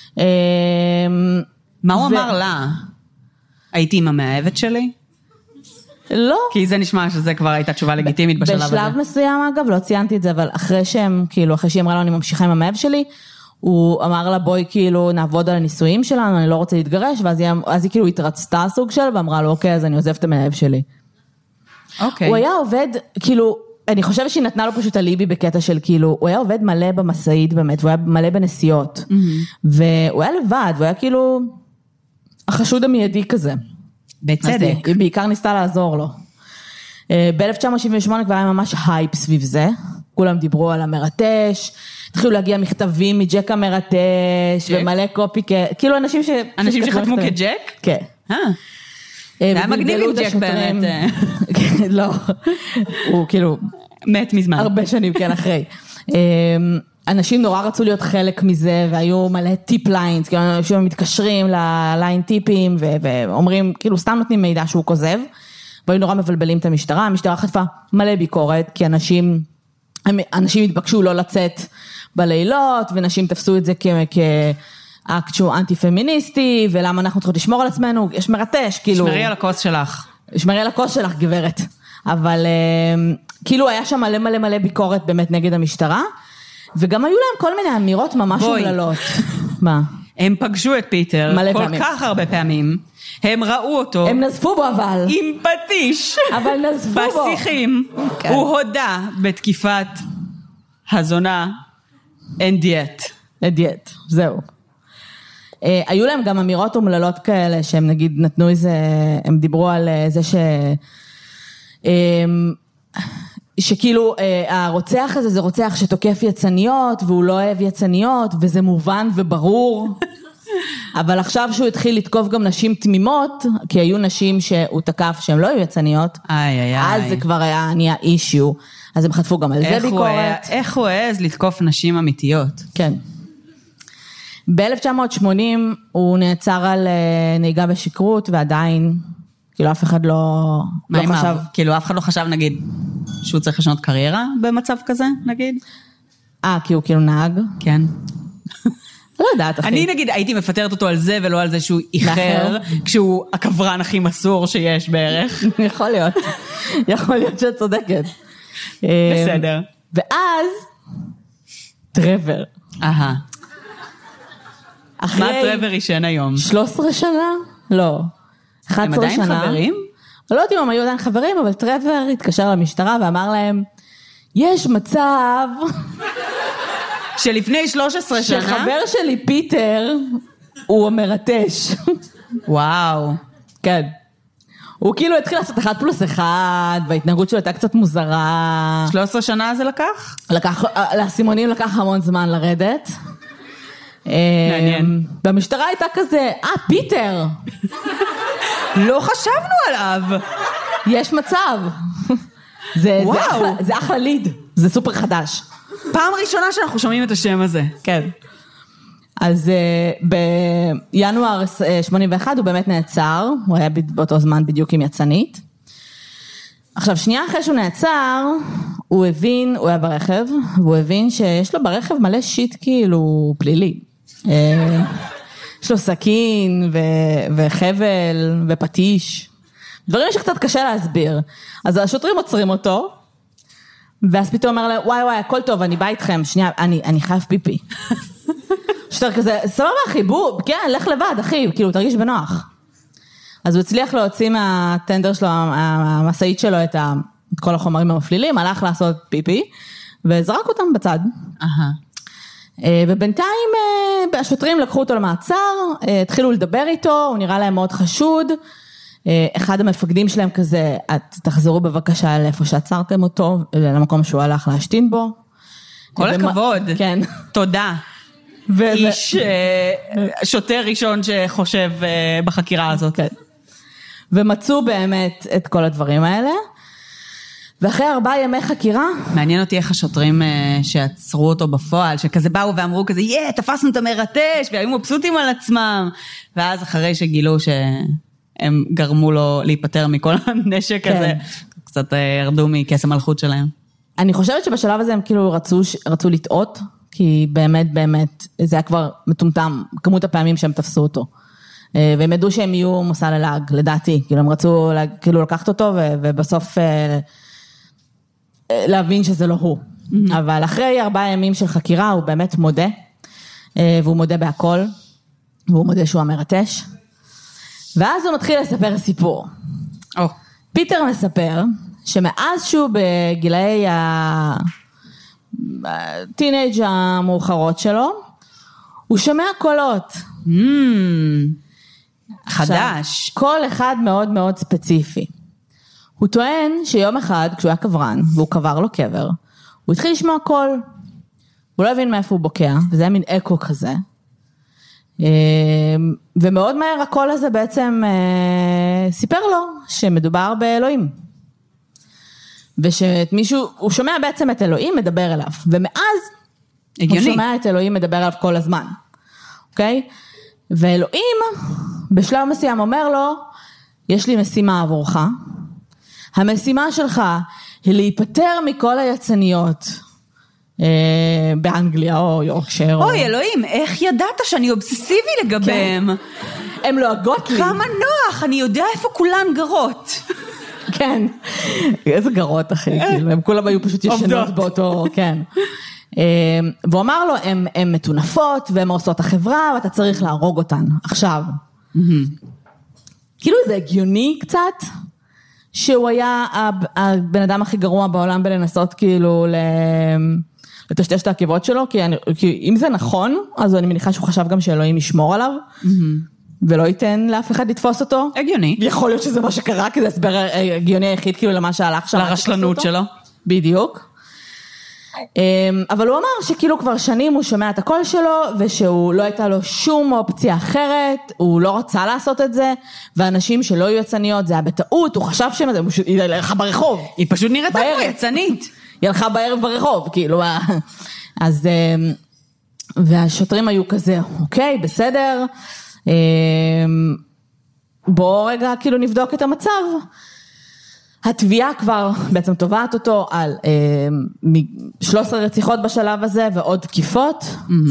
מה הוא אמר לה? הייתי עם המאהבת שלי? לא. כי זה נשמע שזה כבר הייתה תשובה לגיטימית בשלב הזה. בשלב מסוים אגב, לא ציינתי את זה, אבל אחרי שהם, כאילו, אחרי שהיא אמרה לו אני ממשיכה עם המאהב שלי, הוא אמר לה בואי כאילו נעבוד על הנישואים שלנו, אני לא רוצה להתגרש, ואז היא כאילו התרצתה סוג של, ואמרה לו אוקיי, אז אני עוזב את המאהב שלי. אוקיי. הוא היה עובד, כאילו, אני חושבת שהיא נתנה לו פשוט אליבי בקטע של כאילו, הוא היה עובד מלא במשאית באמת, והוא היה מלא בנסיעות, והוא היה לבד, והוא היה כאילו, החשוד המיידי כזה. בצדק. היא בעיקר ניסתה לעזור לו. ב-1978 כבר היה ממש הייפ סביב זה, כולם דיברו על המרטש, התחילו להגיע מכתבים מג'ק המרטש, ומלא קופי, כאילו אנשים שחתמו כג'ק? כן. זה היה מגניב עם ג'ק באמת. לא, הוא כאילו... מת מזמן. הרבה שנים, כן, אחרי. אנשים נורא רצו להיות חלק מזה, והיו מלא טיפ ליינס, כאילו אנשים מתקשרים לליין טיפים, ואומרים, כאילו סתם נותנים מידע שהוא כוזב, והיו נורא מבלבלים את המשטרה, המשטרה חטפה מלא ביקורת, כי אנשים התבקשו לא לצאת בלילות, ונשים תפסו את זה כאקט שהוא אנטי-פמיניסטי, ולמה אנחנו צריכות לשמור על עצמנו, יש מרטש, כאילו... שמרי על הכוס שלך. שמרי על הכוס שלך, גברת. אבל כאילו היה שם מלא מלא מלא ביקורת באמת נגד המשטרה, וגם היו להם כל מיני אמירות ממש אומללות. מה? הם פגשו את פיטר כל כך הרבה פעמים, הם ראו אותו. הם נזפו בו אבל. עם פטיש. אבל נזפו בו. בשיחים. הוא הודה בתקיפת הזונה אנדיאט. אנדיאט, זהו. היו להם גם אמירות אומללות כאלה, שהם נגיד נתנו איזה, הם דיברו על זה שכאילו הרוצח הזה זה רוצח שתוקף יצניות, והוא לא אוהב יצניות, וזה מובן וברור. אבל עכשיו שהוא התחיל לתקוף גם נשים תמימות, כי היו נשים שהוא תקף שהן לא היו יצניות, אז זה כבר נהיה אישיו, אז הם חטפו גם על זה ביקורת. איך הוא העז לתקוף נשים אמיתיות? כן. ב-1980 הוא נעצר על נהיגה בשכרות, ועדיין, כאילו אף אחד לא חשב. כאילו אף אחד לא חשב, נגיד, שהוא צריך לשנות קריירה במצב כזה, נגיד? כי הוא כאילו נהג? כן. לא יודעת, אחי. אני נגיד הייתי מפטרת אותו על זה, ולא על זה שהוא איחר, כשהוא הקברן הכי מסור שיש בערך. יכול להיות שאת צודקת. בסדר. ואז, טרוור. מה טרוור ישן היום? 13 שנה? לא. 11 שנה. הם עדיין חברים? לא יודעת אם הם היו עדיין חברים, אבל טרוור התקשר למשטרה ואמר להם, יש מצב... שלפני 13 שנה... שחבר שלי פיטר הוא המרטש. וואו. כן. הוא כאילו התחיל לעשות 1+1, וההתנהגות שלו הייתה קצת מוזרה. 13 שנה זה לקח? לסימונים לקח המון זמן לרדת. מעניין. והמשטרה הייתה כזה, פיטר. לא חשבנו עליו. יש מצב. זה אחלה ליד. זה סופר חדש. פעם ראשונה שאנחנו שומעים את השם הזה. כן. אז בינואר 81 הוא באמת נעצר, הוא היה באותו זמן בדיוק עם יצנית. עכשיו שנייה אחרי שהוא נעצר, הוא הבין, הוא היה ברכב, והוא הבין שיש לו ברכב מלא שיט כאילו פלילי. יש לו סכין וחבל ופטיש, דברים שקצת קשה להסביר. אז השוטרים עוצרים אותו, ואז פתאום אומר לה, וואי, הכל טוב, אני בא איתכם, שנייה, אני חייב פיפי. שוטר כזה, סבבה אחי, כן, לך לבד אחי, כאילו תרגיש בנוח. אז הוא הצליח להוציא מהטנדר שלו, המסעית שלו את כל החומרים המפלילים, הלך לעשות פיפי, וזרק אותם בצד. ובינתיים השוטרים לקחו אותו למעצר, התחילו לדבר איתו, הוא נראה להם מאוד חשוד, אחד המפקדים שלהם כזה, תחזרו בבקשה לאיפה שעצרתם אותו, למקום שהוא הלך להשתין בו. כל הכבוד. כן. תודה. איש שוטר ראשון שחושב בחקירה הזאת. כן. ומצאו באמת את כל הדברים האלה. ואחרי 4 ימי חקירה... מעניין אותי איך השוטרים שעצרו אותו בפועל, שכזה באו ואמרו כזה, תפסנו את המרטש, והיו מבסוטים על עצמם. ואז אחרי שגילו שהם גרמו לו להיפטר מכל הנשק הזה, קצת ירדו מכס המלכות שלהם. אני חושבת שבשלב הזה הם כאילו רצו לטעות, כי באמת, זה היה כבר מטומטם, כמות הפעמים שהם תפסו אותו. והם ידעו שהם יהיו מושא ללעג, לדעתי. כאילו הם רצו כאילו לקחת אותו, ובסוף להבין שזה לא הוא. אבל אחרי 4 ימים של חקירה, הוא באמת מודה, והוא מודה בהכל, והוא מודה שהוא המרטש. ואז הוא מתחיל לספר סיפור. פיטר מספר, שמאז שהוא בגילאי הטינאג' המאוחרות שלו, הוא שומע קולות. חדש. קול אחד מאוד מאוד ספציפי. הוא טוען שיום אחד, כשהוא היה קברן, והוא קבר לו קבר, הוא התחיל לשמוע קול, הוא לא הבין מאיפה הוא בוקע, וזה היה מין אקו כזה, ומאוד מהר הקול הזה בעצם סיפר לו שמדובר באלוהים, ושמישהו, הוא שומע בעצם את אלוהים מדבר אליו, ומאז הגיוני. הוא שומע את אלוהים מדבר אליו כל הזמן, אוקיי? ואלוהים בשלב מסוים אומר לו, יש לי משימה עבורך, המשימה שלך היא להיפטר מכל היצניות, באנגליה או יורקשייר. אוי אלוהים, איך ידעת שאני אובססיבי לגביהם? הם לועגות לי. כמה נוח, אני יודע איפה כולן גרות. כן, איזה גרות אחי, כאילו, הם כולם היו פשוט ישנות באותו, כן. והוא אמר לו, הם מטונפות, והן עושות החברה, ואתה צריך להרוג אותן, עכשיו. כאילו זה הגיוני קצת, שהוא היה הבן אדם הכי גרוע בעולם בלנסות כאילו לטשטש את העקבות שלו, כי אם זה נכון, אז אני מניחה שהוא חשב גם שאלוהים ישמור עליו, ולא ייתן לאף אחד לתפוס אותו. הגיוני. יכול להיות שזה מה שקרה, כי זה הסבר הגיוני היחיד כאילו למה שהלך שם. לרשלנות שלו. בדיוק. אבל הוא אמר שכאילו כבר שנים הוא שומע את הקול שלו, ושהוא לא הייתה לו שום אופציה אחרת, הוא לא רצה לעשות את זה, ואנשים שלא היו יצניות, זה היה בטעות, הוא חשב היא הלכה ברחוב. היא פשוט נראית כמו יצנית. היא הלכה בערב ברחוב, כאילו. אז, והשוטרים היו כזה, אוקיי, בסדר, בוא רגע כאילו נבדוק את המצב. התביעה כבר בעצם תובעת אותו על 13 רציחות בשלב הזה ועוד תקיפות,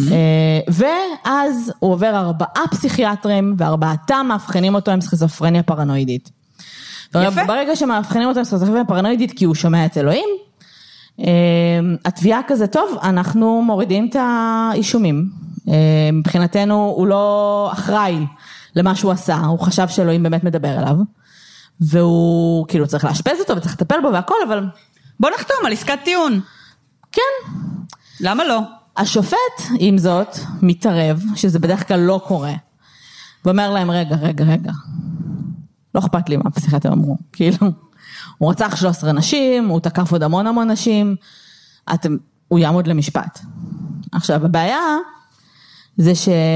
ואז הוא עובר 4 פסיכיאטרים וארבעתם מאבחנים אותו עם סכיזופרניה פרנואידית. יפה. ברגע שמאבחנים אותו עם סכיזופרניה פרנואידית כי הוא שומע את אלוהים, התביעה כזה טוב, אנחנו מורידים את האישומים. מבחינתנו הוא לא אחראי למה שהוא עשה, הוא חשב שאלוהים באמת מדבר אליו. והוא כאילו צריך להשפז אותו וצריך לטפל בו והכל, אבל בוא נחתום על עסקת טיעון. כן. למה לא? השופט, עם זאת, מתערב, שזה בדרך כלל לא קורה, ואומר להם, רגע, לא אכפת לי מה הפסיכיאטר אמרו, כאילו, הוא רצח 13 נשים, הוא תקף עוד המון נשים, הוא יעמוד למשפט. עכשיו, הבעיה זה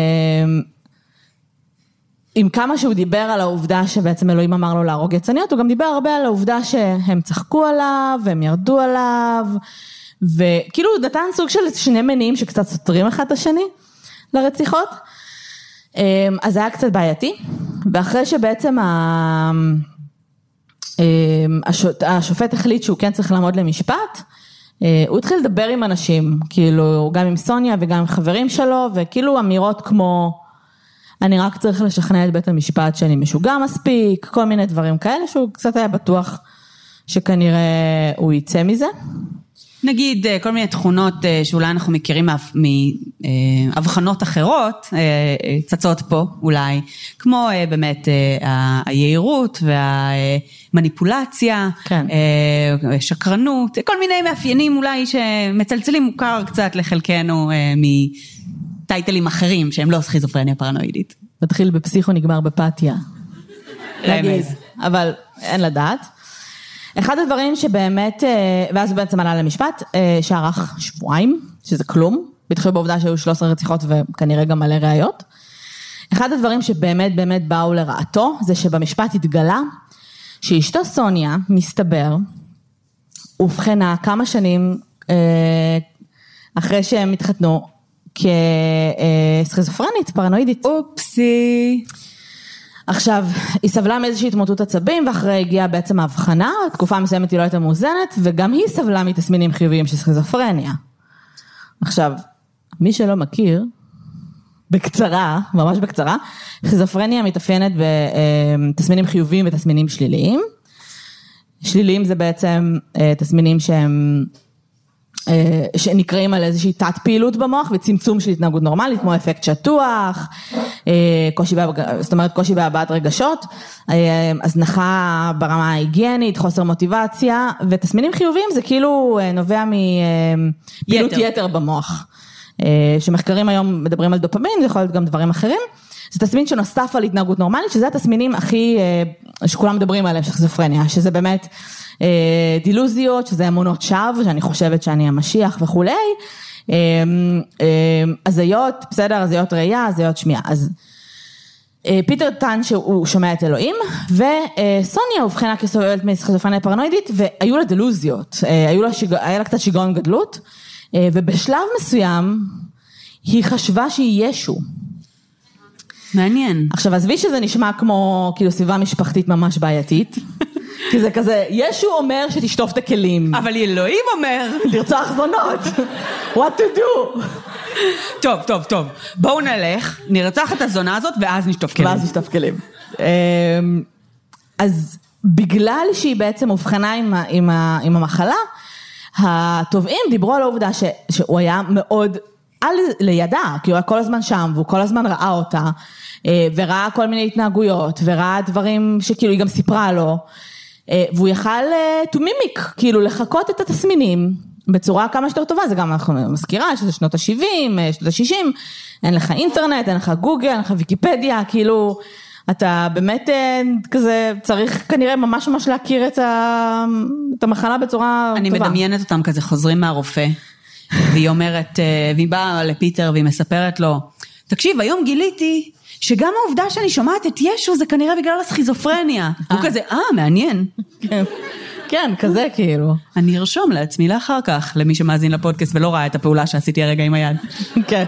עם כמה שהוא דיבר על העובדה שבעצם אלוהים אמר לו להרוג יצניות, הוא גם דיבר הרבה על העובדה שהם צחקו עליו, והם ירדו עליו, וכאילו הוא נתן סוג של שני מניעים שקצת סותרים אחד את השני לרציחות, אז זה היה קצת בעייתי, ואחרי שבעצם השופט החליט שהוא כן צריך לעמוד למשפט, הוא התחיל לדבר עם אנשים, כאילו גם עם סוניה וגם עם חברים שלו, וכאילו אמירות כמו, אני רק צריך לשכנע את בית המשפט שאני משוגע מספיק, כל מיני דברים כאלה, שהוא קצת היה בטוח שכנראה הוא יצא מזה. נגיד כל מיני תכונות שאולי אנחנו מכירים מהבחנות אחרות, צצות פה אולי, כמו באמת היעירות והמניפולציה, כן. שקרנות, כל מיני מאפיינים אולי שמצלצלים מוכר קצת לחלקנו טייטלים אחרים שהם לא סכיזופרניה פרנואידית. מתחיל בפסיכו, נגמר בפתיה. נגיד, אבל אין לדעת. אחד הדברים שבאמת, ואז הוא בעצם עלה למשפט, שערך 2 שבועות, שזה כלום, בתחיל בעובדה שהיו 13 רציחות וכנראה גם מלא ראיות. אחד הדברים שבאמת באמת באו לרעתו, זה שבמשפט התגלה, שאשתו סוניה, מסתבר, ובחנה כמה שנים אחרי שהם התחתנו, כסכיזופרנית, פרנואידית. אופסי. עכשיו, היא סבלה מאיזושהי התמוטטות עצבים, ואחרי הגיעה בעצם ההבחנה, תקופה מסוימת היא לא הייתה מאוזנת, וגם היא סבלה מתסמינים חיוביים של סכיזופרניה. עכשיו, מי שלא מכיר, בקצרה, ממש בקצרה, סכיזופרניה מתאפיינת בתסמינים חיוביים ותסמינים שליליים. שליליים זה בעצם תסמינים שהם שנקראים על איזושהי תת פעילות במוח וצמצום של התנהגות נורמלית, כמו אפקט שטוח, זאת אומרת קושי בהבעת רגשות, הזנחה ברמה ההיגיינית, חוסר מוטיבציה, ותסמינים חיוביים זה כאילו נובע מפעילות יתר במוח, שמחקרים היום מדברים על דופמין, זה יכול להיות גם דברים אחרים, זה תסמין שנוסף על התנהגות נורמלית, שזה התסמינים הכי, שכולם מדברים עליהם, שכזופרניה, שזה באמת דילוזיות, שזה אמונות שווא, שאני חושבת שאני המשיח וכולי, הזיות, בסדר, הזיות ראייה, הזיות שמיעה. אז פיטר טען שהוא שומע את אלוהים, וסוניה הובחנה כסובלת מסכיזופרניה פרנואידית, והיו לה דילוזיות, היה לה קצת שיגעון גדלות, ובשלב מסוים, היא חשבה שהיא ישו. מעניין. עכשיו, עזבי שזה נשמע כמו, כאילו, סביבה משפחתית ממש בעייתית, כי זה כזה, ישו אומר שתשטוף את הכלים. אבל אלוהים אומר, לרצוח זונות. What to do? טוב. בואו נלך, נרצח את הזונה הזאת, ואז נשטוף כלים. ואז נשטוף כלים. אז בגלל שהיא בעצם הובחנה עם המחלה, התובעים דיברו על העובדה שהוא היה מאוד לידה, כי הוא היה כל הזמן שם, והוא כל הזמן ראה אותה, וראה כל מיני התנהגויות, וראה דברים שכאילו היא גם סיפרה לו, והוא יכל to mimic, כאילו לחכות את התסמינים, בצורה כמה שיותר טובה, זה גם אנחנו מזכירה, שזה שנות ה-70, שנות ה-60, אין לך אינטרנט, אין לך גוגל, אין לך ויקיפדיה, כאילו, אתה באמת כזה צריך כנראה ממש להכיר את המחלה בצורה טובה. אני מדמיינת אותם כזה חוזרים מהרופא, והיא אומרת, והיא באה לפיטר והיא מספרת לו, תקשיב, היום גיליתי שגם העובדה שאני שומעת את ישו זה כנראה בגלל הסכיזופרניה. הוא כזה, מעניין. כן, כזה כאילו. אני ארשום לעצמי לאחר כך, למי שמאזין לפודקאסט ולא ראה את הפעולה שעשיתי הרגע עם היד. כן.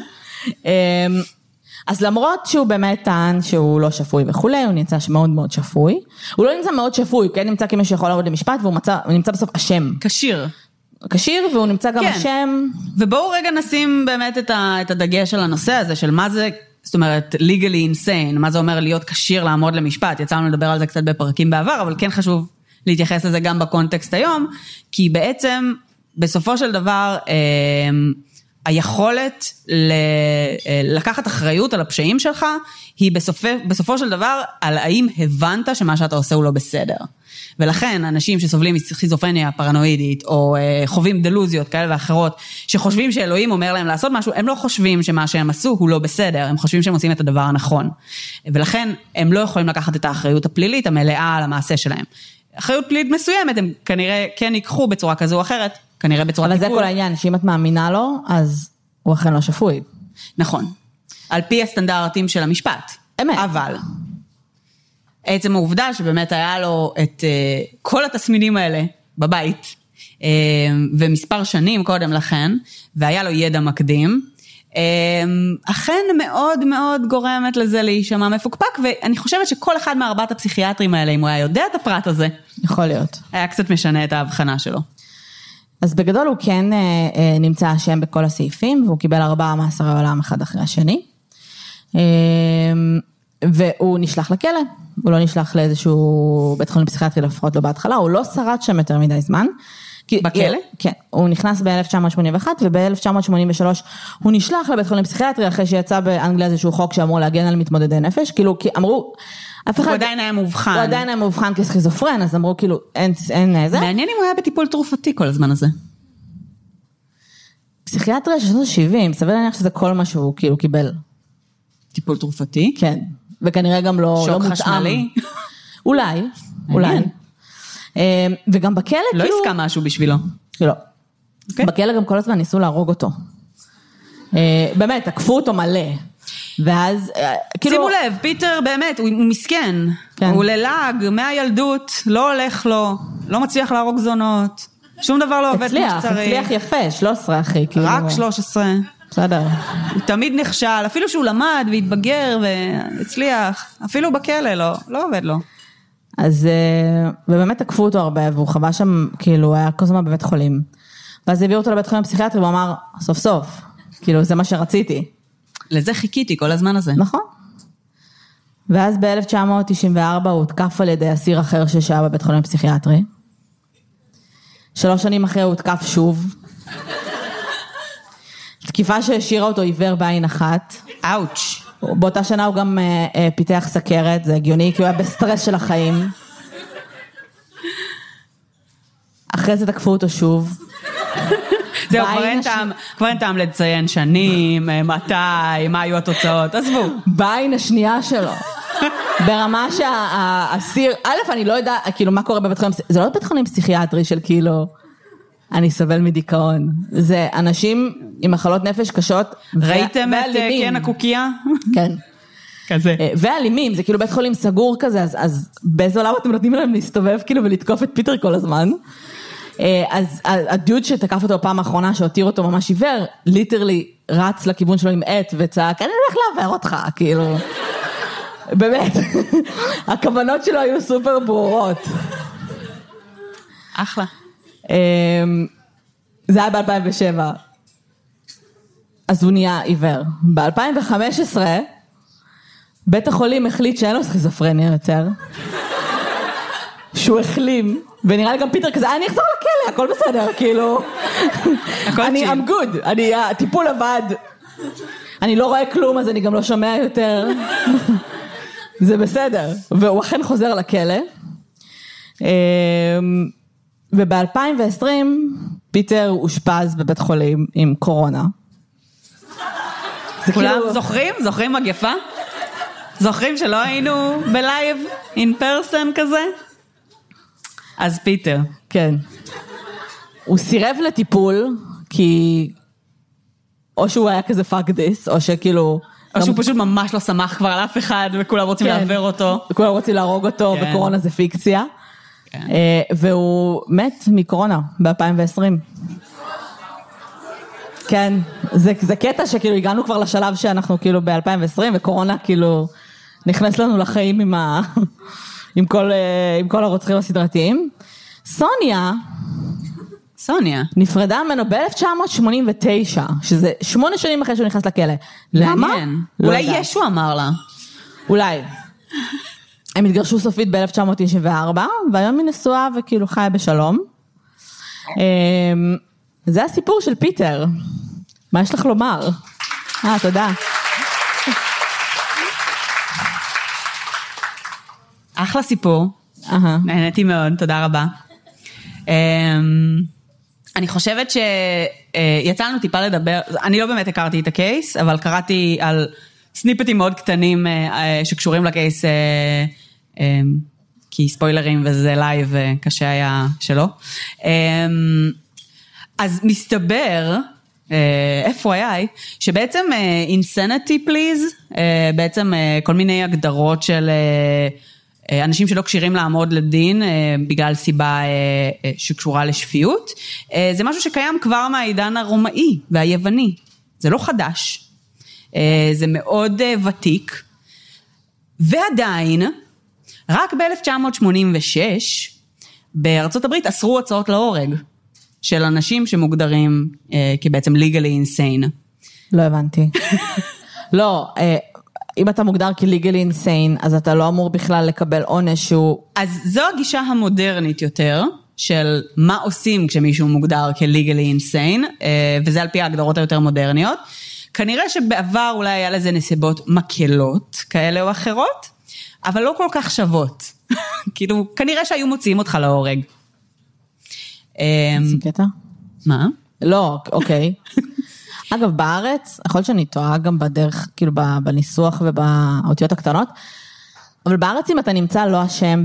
אז למרות שהוא באמת טען שהוא לא שפוי וכולי, הוא נמצא מאוד מאוד שפוי. הוא לא נמצא מאוד שפוי, הוא כן נמצא כמי שיכול לעבוד למשפט, והוא נמצא בסוף אשם. קשיר, והוא נמצא גם אשם. ובואו רגע נשים באמת את הדגש על הנושא הזה, של מה זה, זאת אומרת, legally insane, מה זה אומר להיות קשיר לעמוד למשפט. יצאנו לדבר על זה קצת בפרקים בעבר, אבל כן חשוב להתייחס לזה גם בקונטקסט היום, כי בעצם, בסופו של דבר, היכולת לקחת אחריות על הפשעים שלך, היא בסופו של דבר, על האם הבנת שמה שאתה עושה הוא לא בסדר. ולכן, אנשים שסובלים מסכיזופרניה פרנואידית, או חווים דלוזיות כאלה ואחרות, שחושבים שאלוהים אומר להם לעשות משהו, הם לא חושבים שמה שהם עשו הוא לא בסדר, הם חושבים שהם עושים את הדבר הנכון. ולכן, הם לא יכולים לקחת את האחריות הפלילית המלאה על המעשה שלהם. אחריות פלילית מסוימת, הם כנראה כן ייקחו בצורה כזו או אחרת, כנראה בצורה טיפול. אבל זה כל העניין, שאם את מאמינה לו, אז הוא אכן לא שפוי. נכון. על פי הסטנדרטים של המשפט. אמת. אבל עצם העובדה שבאמת היה לו את כל התסמינים האלה בבית, ומספר שנים קודם לכן, והיה לו ידע מקדים, אכן מאוד מאוד גורמת לזה להישמע מפוקפק, ואני חושבת שכל אחד מארבעת הפסיכיאטרים האלה, אם הוא היה יודע את הפרט הזה, יכול להיות. היה קצת משנה את ההבחנה שלו. אז בגדול הוא כן נמצא אשם בכל הסעיפים, והוא קיבל 4 מאסרי עולם אחד אחרי השני, והוא נשלח לכלא, הוא לא נשלח לאיזשהו בית חולים פסיכיאטרי, לפחות לא בהתחלה, הוא לא שרד שם יותר מדי זמן. בכלא? כן, הוא נכנס ב-1981, וב-1983 הוא נשלח לבית חולים פסיכיאטרי, אחרי שיצא באנגליה איזשהו חוק שאמור להגן על מתמודדי נפש, כאילו, כי אמרו, הוא עדיין היה מאובחן. הוא עדיין היה מאובחן כסכיזופרן, אז אמרו כאילו, אין זה. מעניין אם הוא היה בטיפול תרופתי כל הזמן הזה. פסיכיאטריה של שנות ה-70, סביר להניח שזה כל מה שהוא כאילו קיבל. טיפול תרופתי? כן, וכנראה גם לא מותאם. שוק חשמלי? אולי. וגם בכלא לא כאילו... עסקה משהו בשבילו. לא. בכלא גם כל הזמן ניסו להרוג אותו. באמת, תקפו אותו מלא. ואז, כאילו... שימו לב, פיטר באמת, הוא מסכן. הוא ללעג, מהילדות, לא הולך לו, לא מצליח להרוג זונות. שום דבר לא עובד כמו שצריך. הצליח יפה, 13 אחי. רק 13. בסדר. הוא תמיד נכשל, אפילו שהוא למד והתבגר והצליח, אפילו בכלא לא עובד לו. אז, ובאמת תקפו אותו הרבה, והוא חווה שם, כאילו, היה כל הזמן בבית חולים. ואז הביאו אותו לבית חולים פסיכיאטרי, והוא אמר, סוף סוף, כאילו, זה מה שרציתי. לזה חיכיתי כל הזמן הזה. נכון. ואז ב-1994 הוא הותקף על ידי אסיר אחר ששעה בבית חולים פסיכיאטרי. 3 שנים אחרי הוא הותקף שוב. תקיפה שהשאירה אותו עיוור בעין אחת. אאוץ'. באותה שנה הוא גם פיתח סכרת, זה הגיוני, כי הוא היה בסטרס של החיים. אחרי זה תקפו אותו שוב. זהו, כבר אין טעם לציין שנים, מתי, מה היו התוצאות, עזבו. בעין השנייה שלו. ברמה שהאסיר, א', אני לא יודע, כאילו, מה קורה בבית חולים, זה לא בית חולים פסיכיאטרי של כאילו, אני סובל מדיכאון. זה אנשים עם מחלות נפש קשות ראיתם את כן הקוקייה? כן. כזה. ואלימים, זה כאילו בית חולים סגור כזה, אז באיזה עולם אתם נותנים להם להסתובב כאילו ולתקוף את פיטר כל הזמן. אז הדוד שתקף אותו פעם האחרונה, שהותיר אותו ממש עיוור, ליטרלי רץ לכיוון שלו עם עט וצעק, אני הולך לעבר אותך, כאילו. באמת. הכוונות שלו היו סופר ברורות. אחלה. זה היה ב-2007. אז הוא נהיה עיוור. ב-2015, בית החולים החליט שאין לו סכיזופרניה יותר. שהוא החלים, ונראה לי גם פיטר כזה, אני אחזור לכלא, הכל בסדר, כאילו. אני I'm good, הטיפול עבד. אני לא רואה כלום, אז אני גם לא שומע יותר. זה בסדר. והוא אכן חוזר לכלא. וב-2020, פיטר אושפז בבית חולים עם קורונה. כולם זוכרים מגפה? זוכרים שלא היינו בלייב, in person כזה? אז פיטר. כן. הוא סירב לטיפול, כי או שהוא היה כזה fuck this, או שכאילו... או שהוא פשוט ממש לא שמח כבר על אף אחד, וכולם רוצים לעבר אותו. וכולם רוצים להרוג אותו, וקורונה זה פיקציה. והוא מת מקורונה ב-2020. כן, זה קטע שכאילו הגענו כבר לשלב שאנחנו כאילו ב-2020, וקורונה כאילו נכנס לנו לחיים עם כל הרוצחים הסדרתיים. סוניה נפרדה ממנו ב-1989, שזה 8 שנים אחרי שהוא נכנס לכלא. למה? אולי ישו אמר לה. אולי. הם התגרשו סופית ב-1994, והיום היא נשואה וכאילו חיה בשלום. זה הסיפור של פיטר. מה יש לך לומר? תודה. אחלה סיפור. נהניתי מאוד, תודה רבה. אני חושבת שיצא לנו טיפה לדבר, אני לא באמת הכרתי את הקייס, אבל קראתי על סניפטים מאוד קטנים שקשורים לקייס, כי ספוילרים וזה לייב קשה היה שלא. אז מסתבר, FYI, שבעצם insanity please, בעצם כל מיני הגדרות של אנשים שלא קשירים לעמוד לדין בגלל סיבה שקשורה לשפיות, זה משהו שקיים כבר מהעידן הרומאי והיווני, זה לא חדש, זה מאוד ותיק, ועדיין, רק ב-1986, בארצות הברית אסרו הצעות להורג, של אנשים שמוגדרים כבעצם legally insane. לא הבנתי. לא, אם אתה מוגדר כ-legally insane, אז אתה לא אמור בכלל לקבל עונש שהוא... אז זו הגישה המודרנית יותר, של מה עושים כשמישהו מוגדר כ-legally insane, וזה על פי ההגדרות היותר מודרניות. כנראה שבעבר אולי היה לזה נסיבות מקלות, כאלה או אחרות, אבל לא כל כך שוות. כאילו, כנראה שהיו מוציאים אותך להורג. זה קטע? מה? לא, אוקיי. אגב, בארץ, יכול להיות שאני טועה גם בדרך, כאילו בניסוח ובאותיות הקטנות, אבל בארץ אם אתה נמצא לא אשם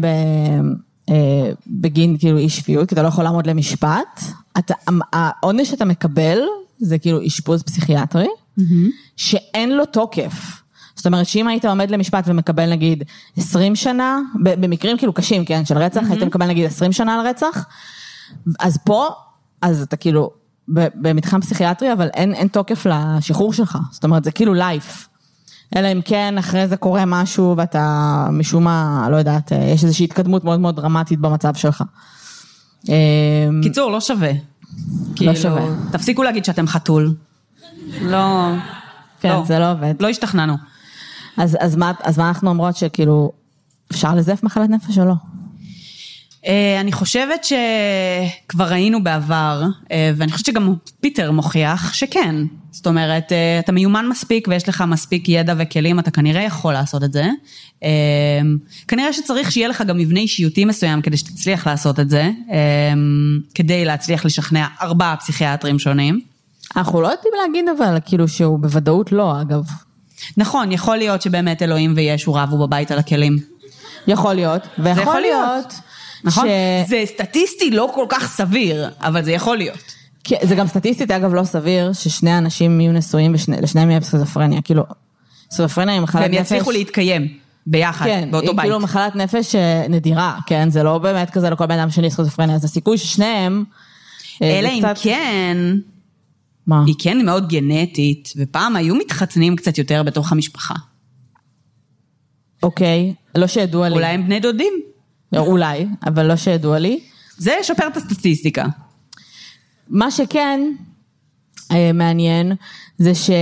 בגין כאילו אי שפיות, כי אתה לא יכול לעמוד למשפט, העונש שאתה מקבל, זה כאילו אשפוז פסיכיאטרי, שאין לו תוקף. זאת אומרת, שאם היית עומד למשפט ומקבל נגיד 20 שנה, במקרים כאילו קשים, כן, של רצח, היית מקבל נגיד 20 שנה על רצח, אז פה, אז אתה כאילו, במתחם פסיכיאטרי, אבל אין תוקף לשחרור שלך. זאת אומרת, זה כאילו לייף. אלא אם כן, אחרי זה קורה משהו, ואתה משום מה, לא יודעת, יש איזושהי התקדמות מאוד מאוד דרמטית במצב שלך. קיצור, לא שווה. לא שווה. תפסיקו להגיד שאתם חתול. לא. כן, זה לא עובד. לא השתכננו. אז מה אנחנו אומרות שכאילו, אפשר לזף מחלת נפש או לא? אני חושבת שכבר ראינו בעבר, ואני חושבת שגם פיטר מוכיח שכן, זאת אומרת, אתה מיומן מספיק ויש לך מספיק ידע וכלים, אתה כנראה יכול לעשות את זה. כנראה שצריך שיהיה לך גם מבנה אישיותי מסוים כדי שתצליח לעשות את זה, כדי להצליח לשכנע 4 פסיכיאטרים שונים. אנחנו לא יודעים להגיד אבל, כאילו שהוא בוודאות לא, אגב. נכון, יכול להיות שבאמת אלוהים וישו רבו בבית על הכלים. יכול להיות, ויכול להיות. נכון? זה סטטיסטי לא כל כך סביר, אבל זה יכול להיות. זה גם סטטיסטית, אגב, לא סביר ששני אנשים יהיו נשואים ולשניהם יהיה סכיזופרניה. כאילו, סכיזופרניה היא מחלת נפש. והם יצליחו להתקיים ביחד, באותו בית. כן, כאילו מחלת נפש נדירה, כן? זה לא באמת כזה לכל בן אדם שני סכיזופרניה, אז הסיכוי ששניהם... אלא אם כן... מה? היא כן מאוד גנטית, ופעם היו מתחתנים קצת יותר בתוך המשפחה. אוקיי, לא שידוע לי. אולי הם בני דודים. אולי, אבל לא שידוע לי. זה ישפר את הסטטיסטיקה. מה שכן מעניין, זה שהוא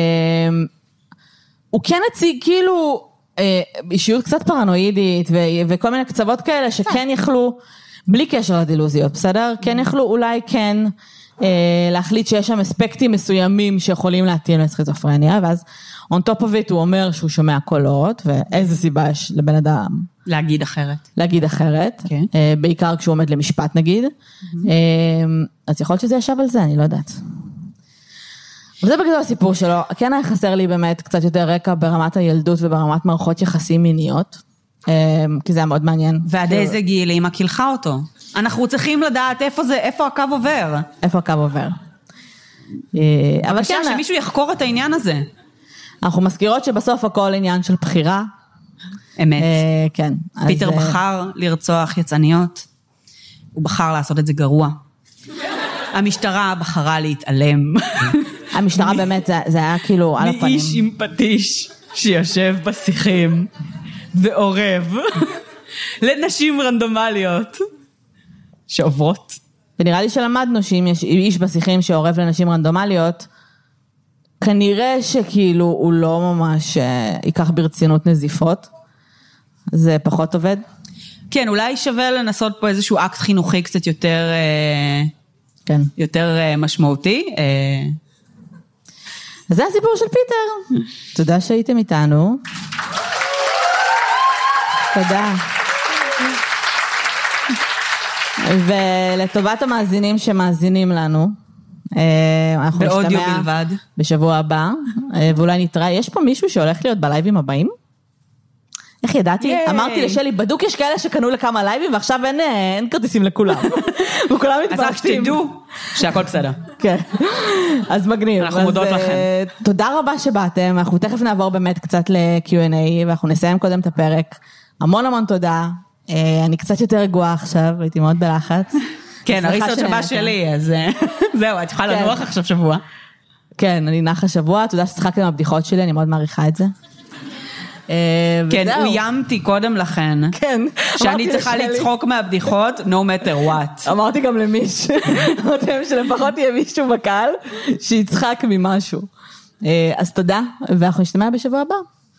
כן הציג כאילו אישיות קצת פרנואידית, וכל מיני קצוות כאלה שכן יכלו, בלי קשר לדילוזיות, בסדר? כן יכלו אולי כן להחליט שיש שם אספקטים מסוימים שיכולים להתאים לסכיזופרניה, ואז on top of it הוא אומר שהוא שומע קולות, ואיזה סיבה יש לבן אדם להגיד אחרת. להגיד אחרת, בעיקר כשהוא עומד למשפט נגיד, אז יכול להיות שזה ישב על זה, אני לא יודעת. וזה בגלל הסיפור שלו, כן היה חסר לי באמת קצת יותר רקע ברמת הילדות וברמת מערכות יחסים מיניות, כי זה היה מאוד מעניין. ועד איזה גיל אמא קילחה אותו. אנחנו צריכים לדעת איפה הקו עובר. איפה הקו עובר. בבקשה, שמישהו יחקור את העניין הזה. אנחנו מזכירות שבסוף הכל עניין של בחירה. אמת. כן. פיטר בחר לרצוח יצאניות, הוא בחר לעשות את זה גרוע. המשטרה בחרה להתעלם. המשטרה באמת, זה היה כאילו על הפנים. מאיש עם פטיש שיושב בשיחים ועורב לנשים רנדומליות שעוברות. ונראה לי שלמדנו שאם יש איש בשיחים שעורב לנשים רנדומליות, כנראה שכאילו הוא לא ממש ייקח ברצינות נזיפות. זה פחות עובד. כן, אולי שווה לנסות פה איזשהו אקט חינוכי קצת יותר, כן. יותר משמעותי. זה הסיפור של פיטר. תודה שהייתם איתנו. תודה. ולטובת המאזינים שמאזינים לנו, אנחנו נשתמע בשבוע הבא, ואולי נתראה. יש פה מישהו שהולך להיות בלייבים הבאים? איך ידעתי? אמרתי לשלי, בדוק יש כאלה שקנו לכמה לייבים, ועכשיו אין כרטיסים לכולם. וכולם מתפרצים. אז רק שתדעו שהכל בסדר. כן. אז מגניב. אנחנו מודות לכם. תודה רבה שבאתם, אנחנו תכף נעבור באמת קצת ל-Q&A, ואנחנו נסיים קודם את הפרק. המון המון תודה. אני קצת יותר רגועה עכשיו, הייתי מאוד בלחץ. כן, הריסות שבא שלי, אז זהו, את יכולה לנוח עכשיו שבוע. כן, אני נחה שבוע, תודה שצחקתם מהבדיחות שלי, אני מאוד מעריכה את זה. כן, אוימתי קודם לכן. כן. שאני צריכה לצחוק מהבדיחות, no matter what. אמרתי גם למישהו, אמרתי שלפחות יהיה מישהו בקהל, שיצחק ממשהו. אז תודה, ואנחנו נשתמע בשבוע הבא.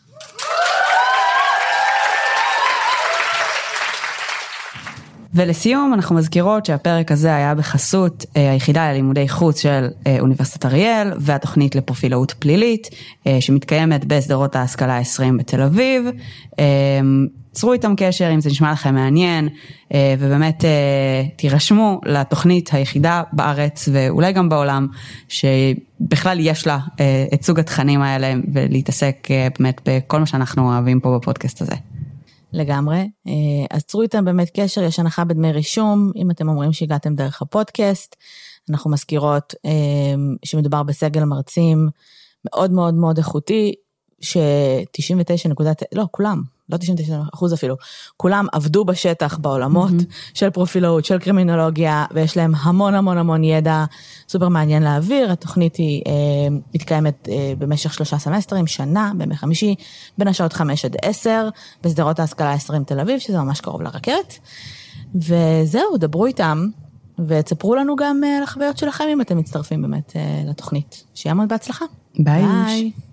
ולסיום אנחנו מזכירות שהפרק הזה היה בחסות היחידה ללימודי חוץ של אוניברסיטת אריאל והתוכנית לפרופילאות פלילית שמתקיימת בסדרות ההשכלה 20 בתל אביב. צרו איתם קשר אם זה נשמע לכם מעניין ובאמת תירשמו לתוכנית היחידה בארץ ואולי גם בעולם שבכלל יש לה את סוג התכנים האלה ולהתעסק באמת בכל מה שאנחנו אוהבים פה בפודקאסט הזה. לגמרי, אז צרו איתם באמת קשר, יש הנחה בדמי רישום, אם אתם אומרים שהגעתם דרך הפודקאסט, אנחנו מזכירות שמדובר בסגל מרצים מאוד מאוד מאוד איכותי, ש99.9, לא כולם, לא 99% אפילו, כולם עבדו בשטח בעולמות של פרופילאות, של קרימינולוגיה, ויש להם המון המון המון ידע סופר מעניין להעביר, התוכנית היא מתקיימת במשך 3 סמסטרים, שנה, בימי חמישי, בין השעות 5 עד 10, בסדרות ההשכלה 20 תל אביב, שזה ממש קרוב לרכבת, וזהו, דברו איתם, ותספרו לנו גם על החוויות שלכם, אם אתם מצטרפים באמת לתוכנית. שיהיה מאוד בהצלחה. ביי.